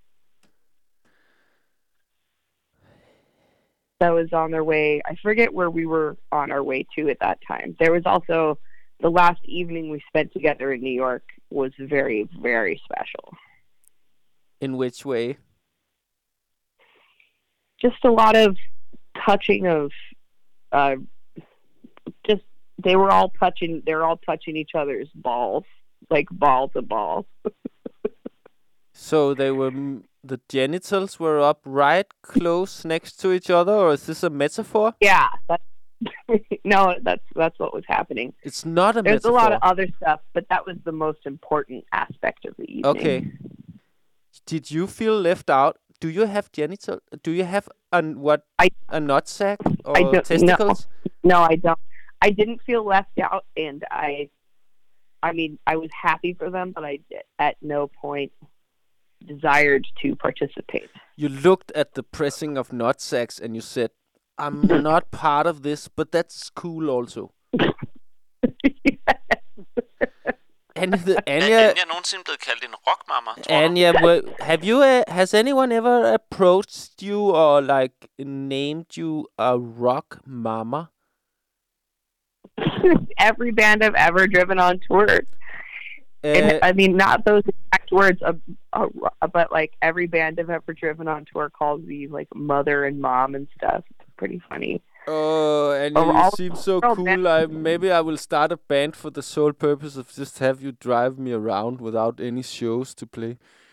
That was on their way. I forget where we were on our way to at that time. There was also the last evening we spent together in New York was very, very special. In which way? Just a lot of touching of uh just they were all touching they're all touching each other's balls, like ball to ball. So they were m- the genitals were up right close next to each other, or is this a metaphor? Yeah, that's no, that's that's what was happening. It's not a There's metaphor. a lot of other stuff, but that was the most important aspect of the evening. Okay. Did you feel left out? Do you have genital? Do you have an what? I- a nutsack or I don't- no. testicles? No, I don't. I didn't feel left out, and I, I mean, I was happy for them, but I at no point desired to participate. You looked at the pressing of nutsacks and you said, "I'm not part of this, but that's cool also." And the, Er Anja, Anja nogensinde blevet kaldt en rockmamma, tror du? Anja, were, have you? Uh, has anyone ever approached you or like named you a rock mama? Every band I've ever driven on tour. And, Uh, I mean, not those exact words, uh, uh, but like every band I've ever driven on tour calls me like mother and mom and stuff. It's pretty funny. Oh, and Of you all seem the so world, cool. man. I, maybe I will start a band for the sole purpose of just have you drive me around without any shows to play.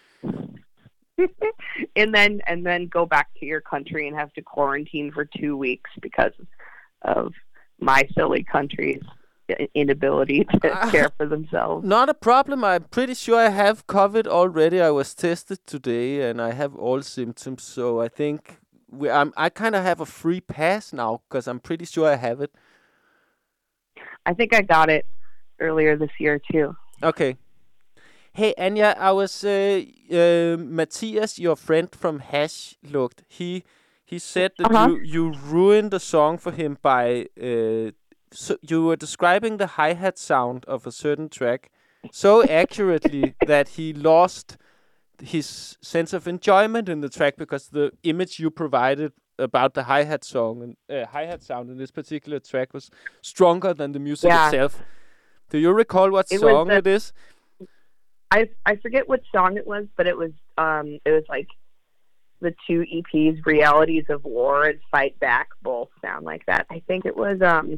And then and then go back to your country and have to quarantine for two weeks because of my silly country's inability to Ah. care for themselves. Not a problem. I'm pretty sure I have COVID already. I was tested today and I have all symptoms. So I think we, I'm, I kind of have a free pass now because I'm pretty sure I have it. I think I got it earlier this year too. Okay. Hey, Anja, I was uh, uh, Matthias, your friend from Hashlugt. He he said that Uh-huh. you, you ruined the song for him by uh, so you were describing the hi-hat sound of a certain track so accurately that he lost his sense of enjoyment in the track because the image you provided about the hi-hat song and uh, hi-hat sound in this particular track was stronger than the music Yeah. itself. Do you recall what It was song the- it is? I I forget what song it was, but it was um it was like the two E Ps, Realities of War and Fight Back, both sound like that. I think it was um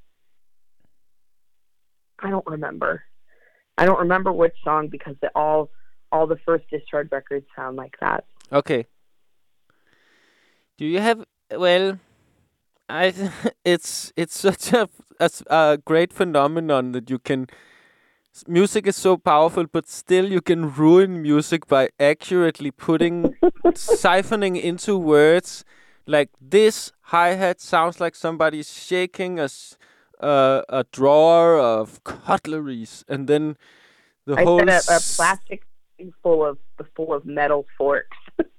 I don't remember. I don't remember which song because they all all the first Discharge records sound like that. Okay. Do you have? Well, I. It's it's such a, a s- a great phenomenon that you can. s- Music is so powerful, but still you can ruin music by accurately putting siphoning into words like this hi-hat sounds like somebody's shaking a, s- a, a drawer of cutleries, and then the I whole said a, a s- plastic thing full of full of metal forks.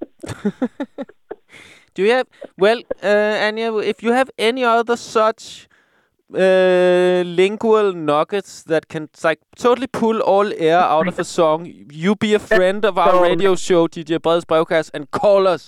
Do you have, well, uh, Anya, if you have any other such uh, lingual nuggets that can like totally pull all air out of a song, you be a friend of our radio show, D J Breds Brevkasse, and call us.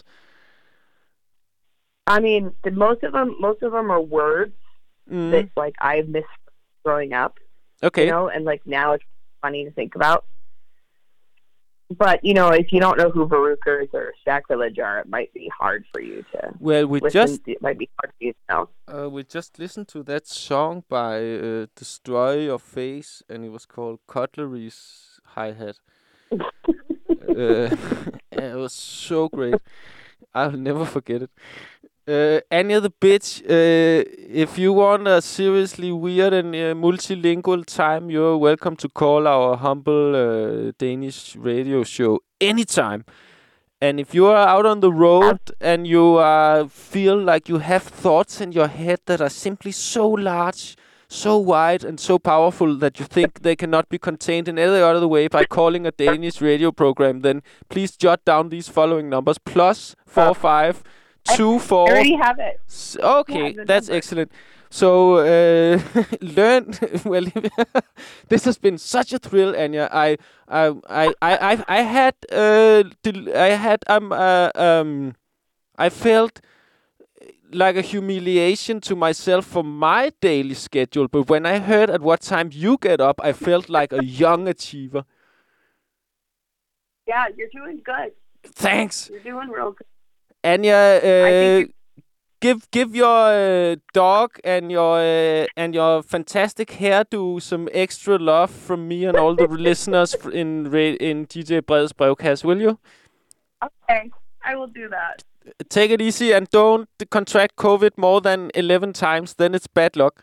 I mean, the, most of them, most of them are words Mm. that like I've missed growing up. Okay. You know, and like now it's funny to think about. But you know, if you don't know who Varukers or Sacrilege are, it might be hard for you to. Well, we listen just to, it might be hard for you to know. uh, we just listened to that song by uh, Destroy Your Face, and it was called Cutlery's Hi-Hat. uh, it was so great. I'll never forget it. Uh, Anya the Bitch, uh, if you want a seriously weird and uh, multilingual time, you're welcome to call our humble uh, Danish radio show anytime. And if you are out on the road and you uh, feel like you have thoughts in your head that are simply so large, so wide, and so powerful that you think they cannot be contained in any other way by calling a Danish radio program, then please jot down these following numbers: plus four five two four. I already have it. S- okay, Yeah, that's number. excellent. So uh, learn. Well, this has been such a thrill, Anya. I, I, I, I, I, I had, uh, del- I had, um, uh, um, I felt like a humiliation to myself for my daily schedule. But when I heard at what time you get up, I felt like a young achiever. Yeah, you're doing good. Thanks, You're doing real good. Anya. Uh, think give give your uh, dog and your uh, and your fantastic hairdo some extra love from me and all the listeners f- in ra- in D J Breds Brevkasse, will you? Okay, I will do that. Take it easy and don't contract COVID more than eleven times. Then it's bad luck.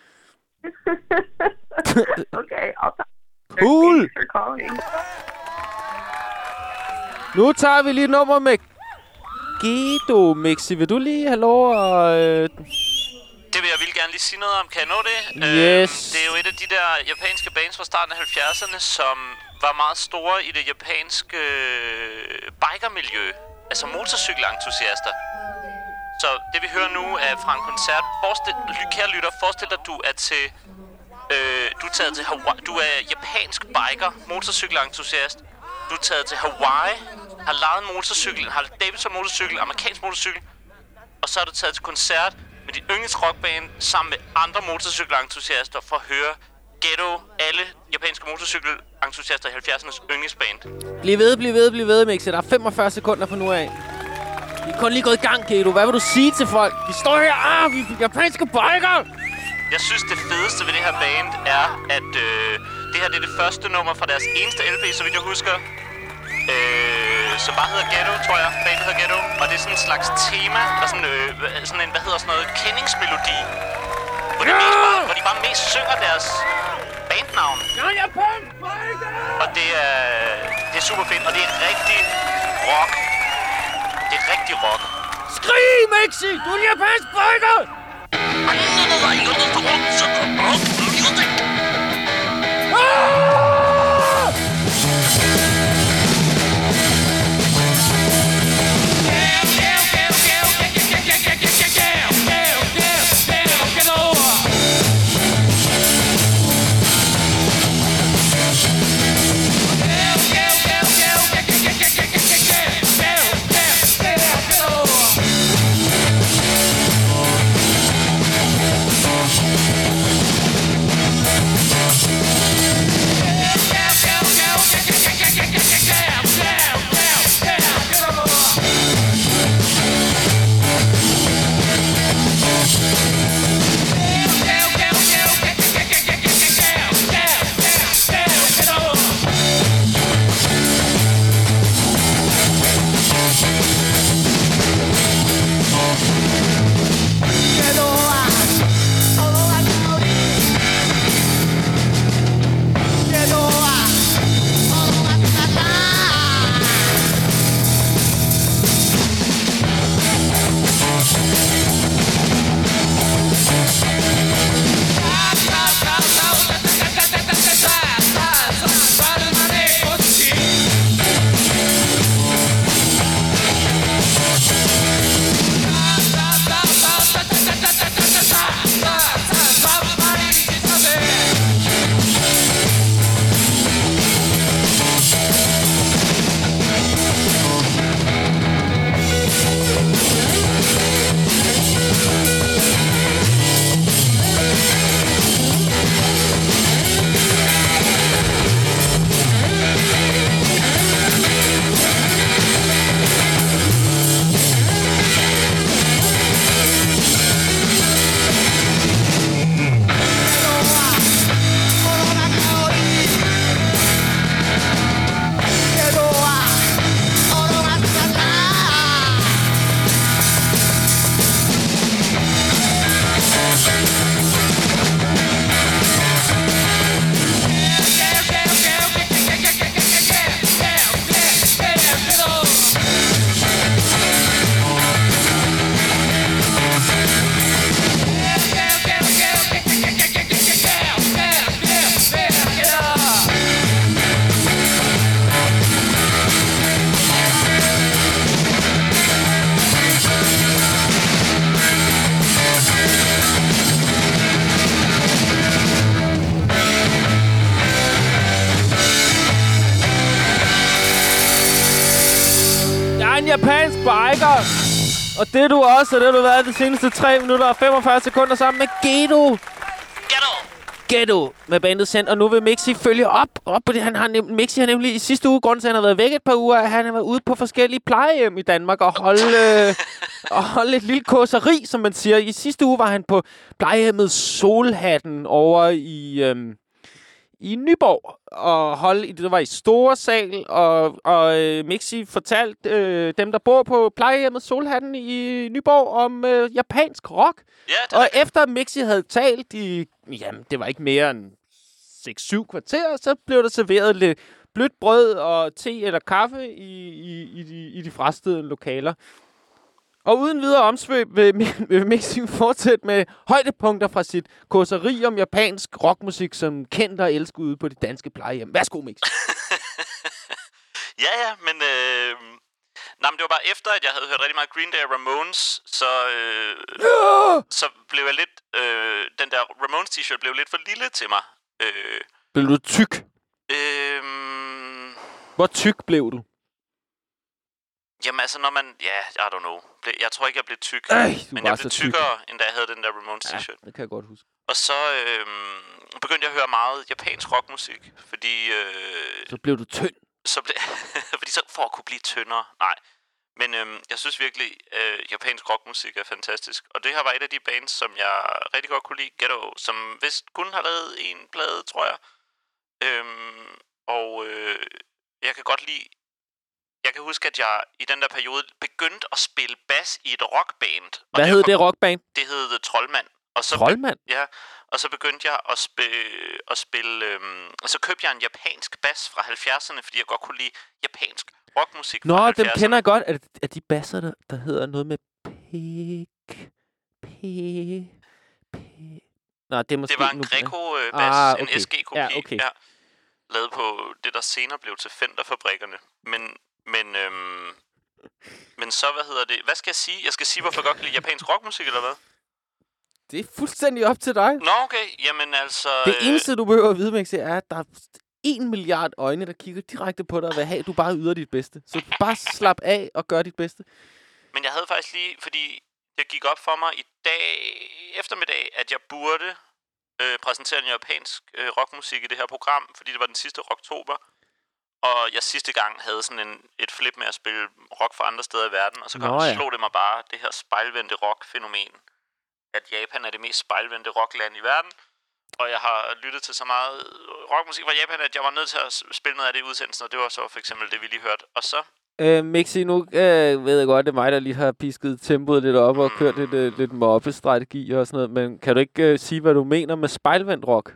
Okay, I'll talk. Cool. Thanks for calling. Nu tager vi lige et nummer med Gedo Mixi. Vil du lige have lov at... Øh... Det vil jeg vildt gerne lige sige noget om. Kan jeg nå det? Yes. Øhm, det er jo et af de der japanske bands fra starten af halvfjerdserne, som var meget store i det japanske øh, bikermiljø. Altså motorcykelentusiaster. Så det vi hører nu er fra en koncert. Forestil, kære lytter, forestil dig, du er til... Øh, du er taget til Hawaii. Du er japansk biker, motorcykelentusiast. Du er taget til Hawaii, har lejet en motorcykel, har Davidson motorcykel, amerikansk motorcykel. Og så er du taget til koncert med dit yndlingsrockband sammen med andre motorcykelentusiaster for at høre Ghetto, alle japanske motorcykelentusiaster i halvfjerdsernes yndlingsband. Bliv ved, bliv ved, bliv ved, Mixi. Der er femogfyrre sekunder fra nu af. Vi er kun lige gået i gang, Gedo. Hvad vil du sige til folk? Vi står her, ah, vi er japanske biker! Jeg synes, det fedeste ved det her band er, at øh, det her det er det første nummer fra deres eneste L P, så vidt jeg husker. Øh, som bare hedder Ghetto, tror jeg. Bandet hedder Ghetto. Og det er sådan en slags tema, der sådan, øh, sådan en, hvad hedder sådan noget, kendingsmelodi. Hvor de, mest bare, hvor de bare mest synger deres bandnavn. Og det er, det er super fedt, og det er rigtig rock. Det er rigtig rock. Skrig, Mixi! Du er en japansk biker! en japansk biker. Og det er du også, og det har du været de seneste tre minutter og femogfyrre sekunder sammen med Gedo. Gedo! Gedo med bandet Sendt, og nu vil Mixi følge op, op på det. Han har nem- Mixi har nemlig i sidste uge, grunden til, at han har været væk et par uger, at han har været ude på forskellige plejehjem i Danmark og holde, øh, og holde et lille kåseri, som man siger. I sidste uge var han på plejehjemmet Solhatten over i, øh, i Nyborg, og holde, det var i store sal, og, og øh, Mixi fortalte øh, dem, der bor på plejehjemmet Solhatten i Nyborg, om øh, japansk rock. Ja, og efter Mixi havde talt i, jamen, det var ikke mere end seks syv kvarter, så blev der serveret lidt blødt brød og te eller kaffe i, i, i, de, i de frastødende lokaler. Og uden videre omsvøb vil, vil Mixi fortsætte med højdepunkter fra sit kåseri om japansk rockmusik, som kendt og elsket ude på de danske plejehjem. Værsgo, Mixi. ja, ja, men... Øh... Nej, men det var bare efter, at jeg havde hørt rigtig meget Green Day og Ramones, så, øh, ja! så blev jeg lidt... Øh, den der Ramones t-shirt blev lidt for lille til mig. Øh, blev du tyk? Øh, Hvor tyk blev du? Jamen altså, når man... Ja, I don't know. Jeg tror ikke, jeg blev tyk. Ej, men jeg blev tykkere, tyk. end da jeg havde den der Ramones ja, t-shirt. det kan jeg godt huske. Og så øh, begyndte jeg at høre meget japansk rockmusik, fordi... Øh, så blev du tynd. Så ble, fordi så for at kunne blive tyndere. Nej. Men øhm, jeg synes virkelig, øh, japansk rockmusik er fantastisk. Og det her var et af de bands, som jeg rigtig godt kunne lide. Gedo, som vist kun har lavet en plade, tror jeg. Øhm, og øh, jeg kan godt lide... Jeg kan huske, at jeg i den der periode begyndte at spille bas i et rockband. Hvad hed det rockband? Det hed The Troldmand. Og så Troldmand? Ja, og så begyndte jeg at, sp- at spille... Øhm, og så købte jeg en japansk bas fra halvfjerdserne, fordi jeg godt kunne lide japansk rockmusik. Nå, dem kender jeg godt. Er, det, er de basser, der, der hedder noget med pik... Pik... Pik... Nå, det er måske... Det var en Greco-bas, ah, okay. en S G-kopi, ja, okay. ja, lavet på det, der senere blev til Fender-fabrikkerne. Men, men, øhm, men så, hvad hedder det? Hvad skal jeg sige? Jeg skal sige, hvorfor jeg godt kan lide japansk rockmusik, eller hvad? Det er fuldstændig op til dig. Nå, okay. Jamen altså... Det eneste, du behøver at vide, Mixi, er, at der er en milliard øjne, der kigger direkte på dig og vil have, at du bare yder dit bedste. Så bare slap af og gør dit bedste. Men jeg havde faktisk lige... Fordi det gik op for mig i dag eftermiddag, at jeg burde øh, præsentere en japansk øh, rockmusik i det her program, fordi det var den sidste Rocktober. Og jeg sidste gang havde sådan en, et flip med at spille rock fra andre steder i verden, og så kom, Nå, ja. slog det mig bare, det her spejlvendte rock-fænomen. At Japan er det mest spejlvendte rockland i verden. Og jeg har lyttet til så meget rockmusik fra Japan, at jeg var nødt til at spille noget af det i udsendelsen, og det var så for eksempel det, vi lige hørte. Og så... Øh, Mixi, nu øh, ved jeg godt, det er mig, der lige har pisket tempoet lidt op og mm. kørt lidt, øh, lidt moppe-strategi og sådan noget, men kan du ikke øh, sige, hvad du mener med spejlvendt rock?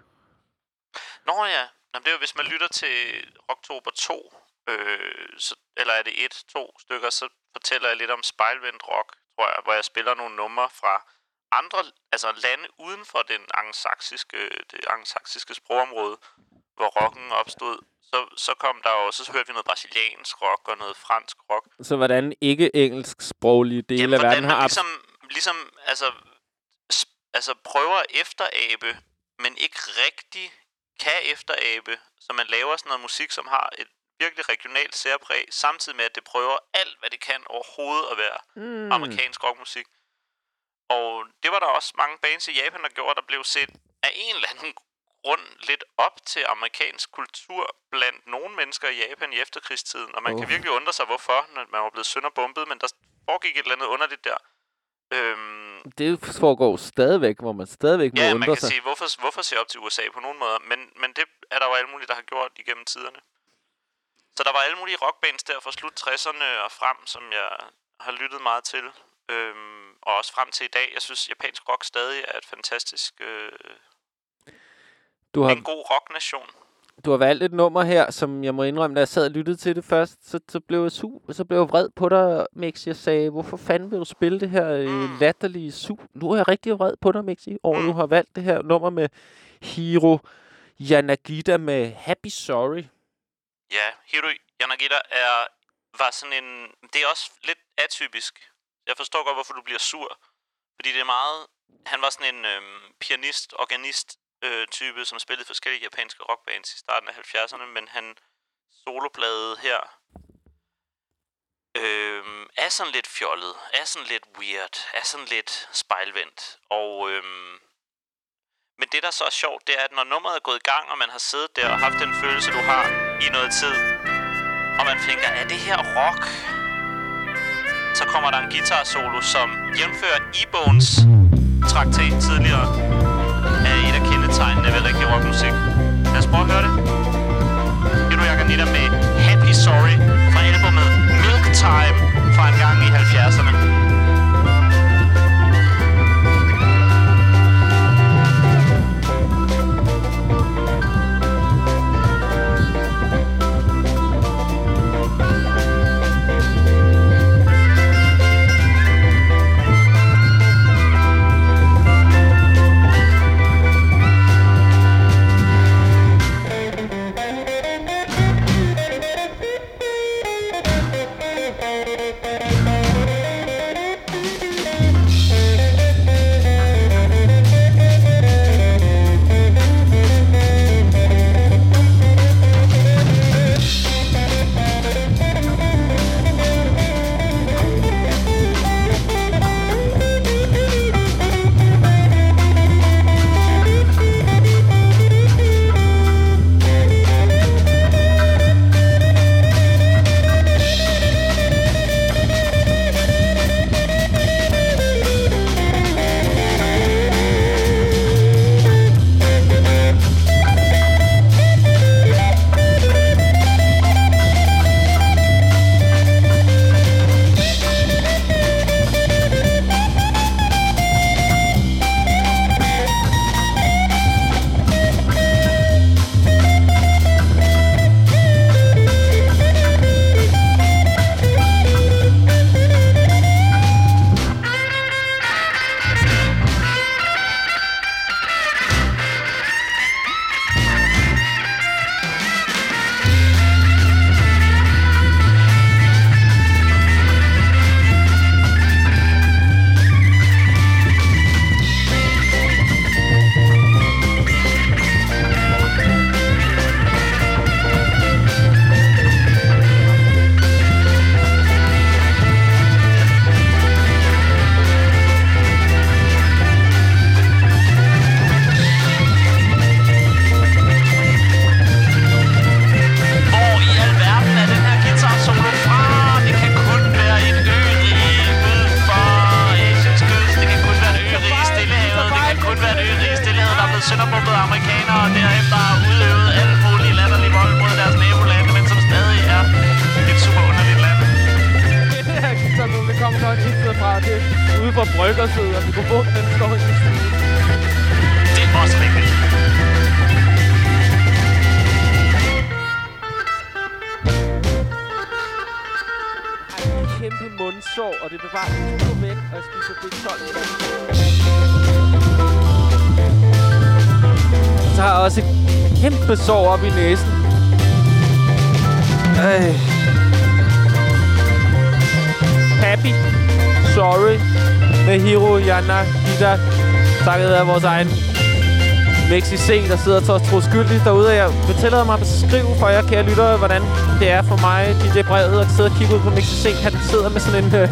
Nå ja, Nå, det er jo, hvis man lytter til Rocktober to, øh, så, eller er det et, to stykker, så fortæller jeg lidt om spejlvendt rock, tror jeg, hvor jeg spiller nogle numre fra andre, altså lande uden for den angsaksiske, det angsaksiske sprogområde, hvor rocken opstod. Så, så kom der jo, så hørte vi noget brasiliansk rock og noget fransk rock. Så hvordan ikke engelsk sproglige dele Jamen, af verden har... ligesom, ligesom altså, altså prøver at efterabe, men ikke rigtig kan efterabe, så man laver sådan noget musik, som har et virkelig regionalt særpræg, samtidig med, at det prøver alt, hvad det kan overhovedet at være mm. amerikansk rockmusik. Og det var der også mange bands i Japan, der gjorde, der blev set af en eller anden grund lidt op til amerikansk kultur blandt nogle mennesker i Japan i efterkrigstiden. Og man oh. kan virkelig undre sig, hvorfor, når man var blevet sønderbombet, men der foregik et eller andet underligt der. Øhm, det foregår stadigvæk, hvor man stadigvæk må ja, undre sig. Ja, man kan sige, hvorfor, hvorfor se op til U S A på nogen måder, men, men det er der jo alle mulige, der har gjort igennem tiderne. Så der var alle mulige rockbands der fra slut tresserne og frem, som jeg har lyttet meget til. Øhm, og også frem til i dag. Jeg synes, japansk rock stadig er et fantastisk... Øh, du har, en god rocknation. Du har valgt et nummer her, som jeg må indrømme, da jeg sad og lyttede til det først, så, så, blev, jeg su, så blev jeg vred på dig, Mixi. Jeg sagde, hvorfor fanden vil du spille det her mm. latterlige su? Nu er jeg rigtig vred på dig, Mixi, og mm. du har valgt det her nummer med Hiro Yanagida med Happy Sorry. Ja, Hiro Yanagida er, var sådan en... Det er også lidt atypisk. Jeg forstår godt, hvorfor du bliver sur. Fordi det er meget... Han var sådan en øhm, pianist, organist øh, type, som spillede forskellige japanske rockbands i starten af halvfjerdserne, men han solopladede her øhm, er sådan lidt fjollet, er sådan lidt weird, er sådan lidt spejlvendt. Og øhm, men det, der så er sjovt, det er, at når nummeret er gået i gang, og man har siddet der og haft den følelse, du har i noget tid, og man tænker, er det her rock? Så kommer der en guitar-solo, som jævnfører E-Bones traktat tidligere, er et af kendetegnene ved rigtig rockmusik. Lad os prøve at høre det. Edo Jaganita med Happy Sorry fra albumet Milk Time fra en gang i halvfjerdserne. sønderbumpede amerikanere, og derefter har udøvet alle mulige latterlige vold mod deres nabolande, men som stadig er et super underligt land. Det her guitar, nu det kommer godt intet fra det. Ude fra bryggersiden, og mikrofonen den står i stuen. Det er også rigtigt. Kæmpe mundsår, og det bevarer super væk, og jeg spiser B tolv. Så har jeg også et kæmpe sår op i næsen. Øh. Happy Sorry med Hiro Yanagida. Takket af vores egen Mexi C, der sidder og tror skyldigt derude. Jeg vil tillade mig at beskrive for jer, kære lyttere, hvordan det er for mig, D J Brevet, at sidde og kigge ud på Mexi C. Han sidder med sådan en... Øh,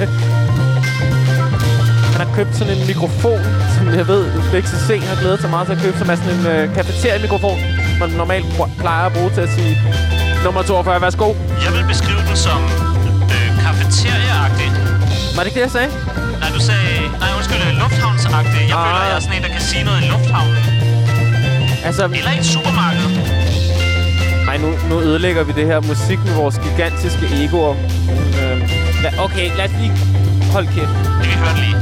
han har købt sådan en mikrofon, som jeg ved, Mexi C har glædet sig meget til at købe, som er sådan en øh, cafeteria-mikrofon, man normalt plejer at bruge til at sige nummer toogfyrre. Værsgo. Jeg vil beskrive den som øh, cafeteria-agtig. Var det ikke det, jeg sagde? Nej, du sagde... Nej, undskyld, lufthavnsagtig. Jeg ah. føler, at jeg er sådan en, der kan sige noget i lufthavnen. Altså, eller i et supermarked. Nej, nu, nu ødelægger vi det her musik med vores gigantiske egoer. Øh, la- okay, lad os lige holde kæft. Det vi hørte lige.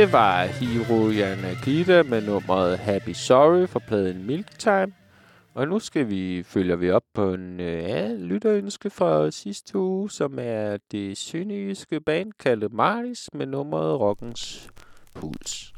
det var Hiro Yanagida med nummeret Happy Sorry fra pladen Milk Time. Og nu skal vi, følger vi op på en ja, lytterønske fra sidste uge, som er det sønderjyske band Kalemaris med nummeret Rockens Puls.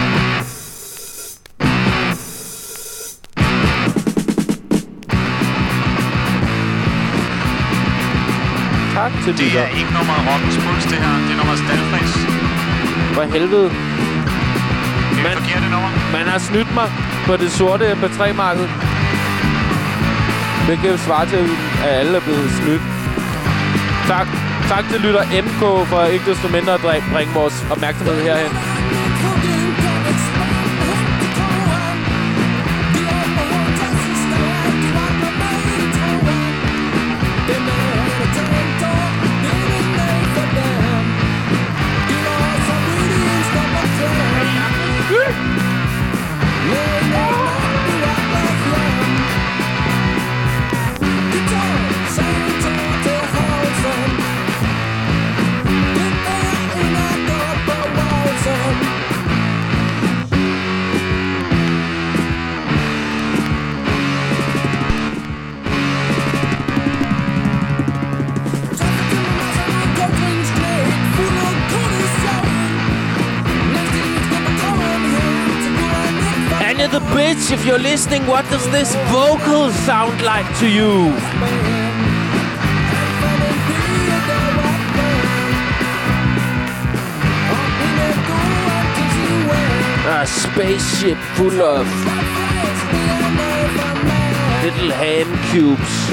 Tak til det lytter. Det er ikke nummeret Rockens Puls, det her. Det er nummeret Stalfris. For helvede. Det er man, forkerte nummer. Man har snydt mig på det sorte M P tre-marked. Det kan jo svare til, at alle er blevet snydt. Tak. Tak til lytter M K for ikke desto mindre at bringe vores opmærksomhed herhen. The bitch, if you're listening, what does this vocal sound like to you? A spaceship full of little ham cubes.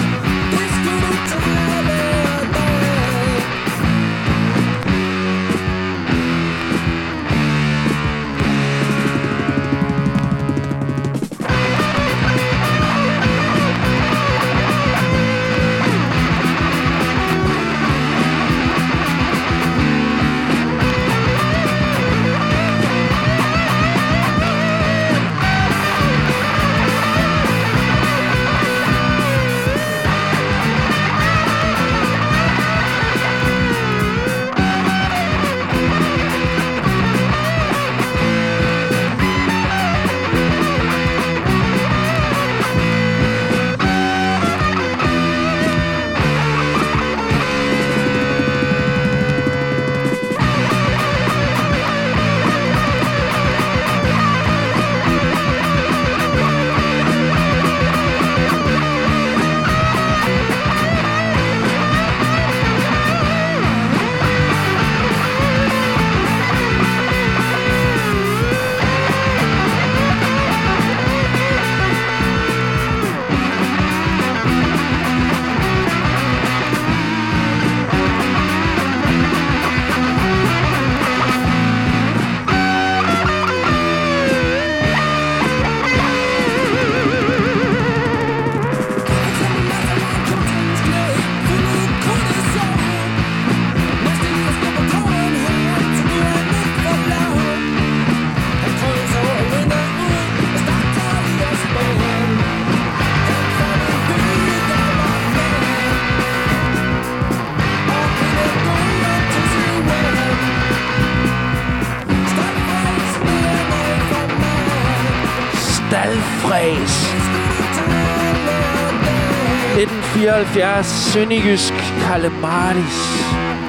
nitten fireoghalvfjerds, sønderjysk Kalemaris.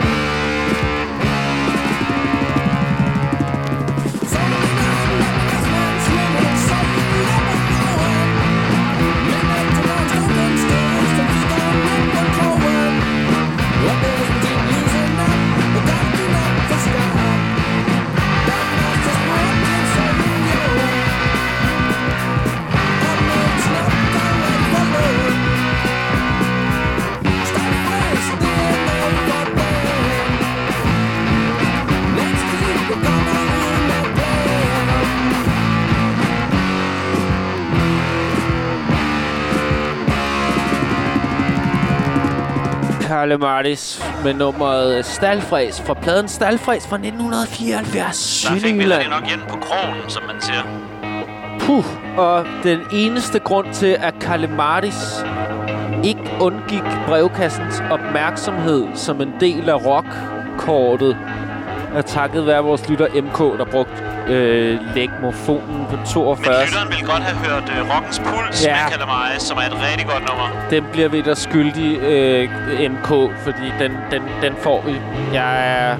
Kalemaris med nummeret Stalfræs fra pladen Stalfræs fra nitten fireoghalvfjerds. Der fik vi det nok igen på krogen, som man siger. Puh, og den eneste grund til, at Kalemaris ikke undgik brevkassens opmærksomhed som en del af rockkortet, Jeg takket være vores lytter M K, der brugte øh, lægmofonen på toogfyrre. Men lytteren ville godt have hørt øh, Rockens Puls, ja. Med Kalamai, som er et rigtig godt nummer. Den bliver vi da skyldig, øh, M K, fordi den, den, den får vi. Jeg er...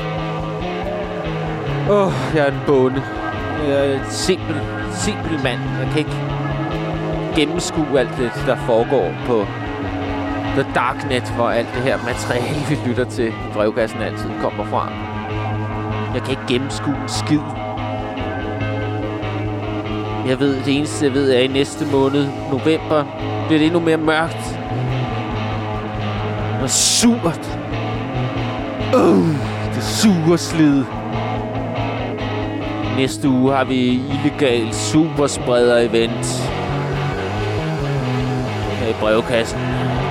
Åh, oh, jeg er en bonde. Jeg er en simpel, simpel mand. Jeg kan ikke gennemskue alt det, der foregår på The Darknet, hvor alt det her materiale, vi lytter til i brevkassen, altid kommer fra. Jeg kan ikke gennemskue en skid. Jeg ved, det eneste, jeg ved, er, at i næste måned, november, bliver det endnu mere mørkt. Og surt. Uh, det suger slid. Næste uge har vi illegal superspreder-event her i brevkassen.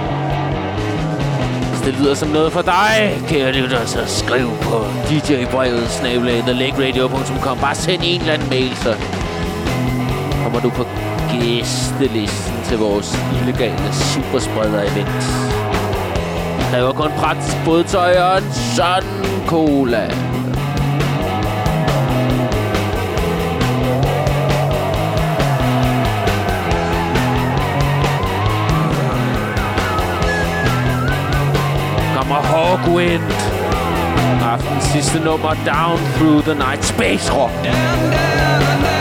Hvis det lyder som noget for dig, kære lytter, så skriv på D J-brevet snabel-a the lake radio punktum com. Bare send en eller anden mail, så kommer du på gæstelisten til vores illegale superspreder-event. Det kræver kun praktisk bådtøj og en sådan cola. Hawkwind. Aftens sidste nummer, Down Through the Night. Space Rock. Down, down, down.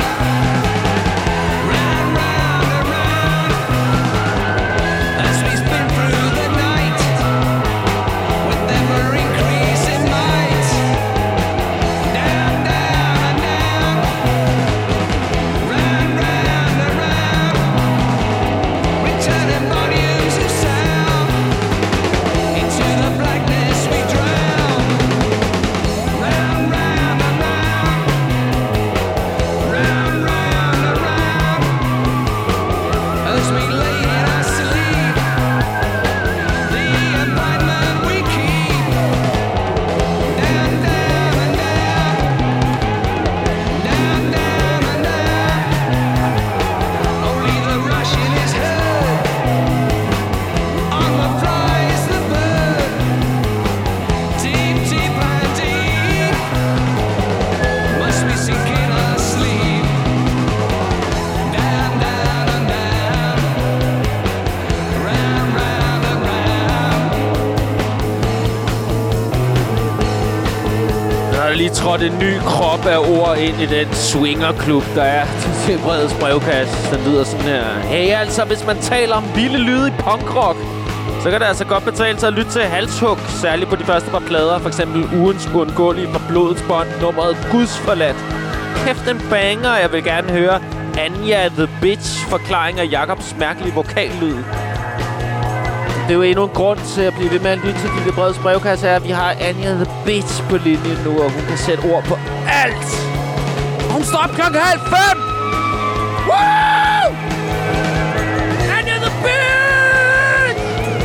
lige trådt en ny krop af ord ind i den swingerklub, der er til Breds brevkasse. Den lyder sådan her. Hey, altså, hvis man taler om vilde lyde i punkrock, så kan det altså godt betale sig at lytte til Halshug, særligt på de første par plader. For eksempel Ugens Uundgåelige fra Blodets Bånd, nummeret Gudsforladt. Kæft en banger, jeg vil gerne høre Anja the Bitch, forklaring af Jakobs mærkelige vokallyd. Det er jo endnu en grund til at blive ved med at lytte til Lille Breds brevkasse, er, at vi har Anja the Bitch på linjen nu, og hun kan sætte ord på alt. Hun står op klokken halv fem! Woo! Anja the Bitch!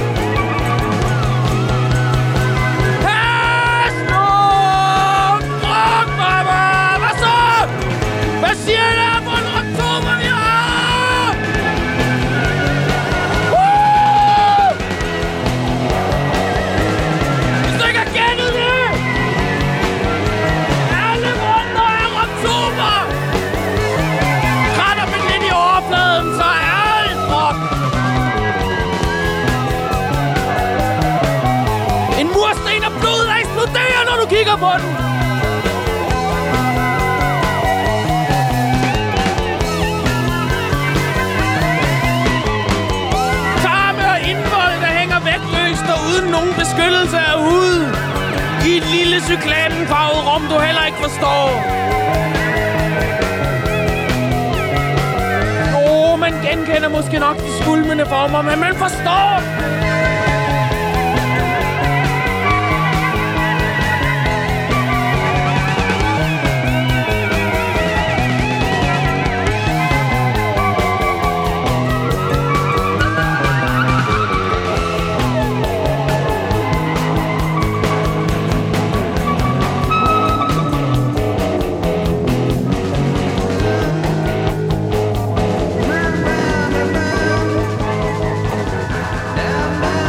Pas nu! Druk, mama! Hvad så? Hvad siger der for en oktober, vi har? Kigger på den. Tarme og indvold, der hænger vægtløst og uden nogen beskyttelse af hud. I et lille cykladenfarvet rum, du heller ikke forstår. Åh, oh, man genkender måske nok de skulmende former, men man forstår. Down, down.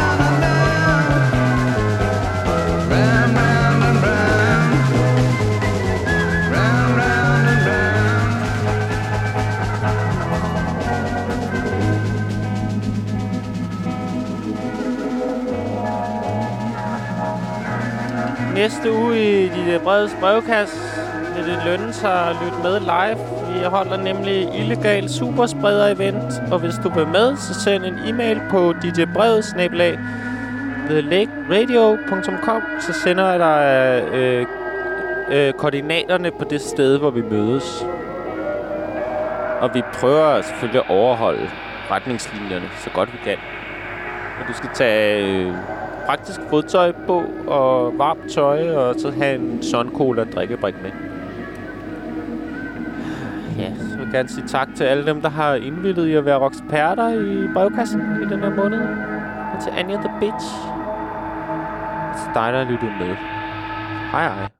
næste uge i de Bredes brevkasse vil det lønne sig at lytte med live. Vi holder nemlig illegal superspreder-event, og hvis du vil med, så send en e-mail på d j brevet snabel-a the lake radio punktum com, så sender jeg dig øh, øh, koordinaterne på det sted, hvor vi mødes. Og vi prøver selvfølgelig at overholde retningslinjerne så godt vi kan. Og du skal tage øh, praktisk fodtøj på og varmt tøj, og så have en Sun Cola drikkebrik med. Ja, så vil jeg gerne sige tak til alle dem, der har indvildet i at være rocksperter i brevkassen i den her måned. Og til Anja the Bitch. Og til dig, der lyttede med. Hej hej.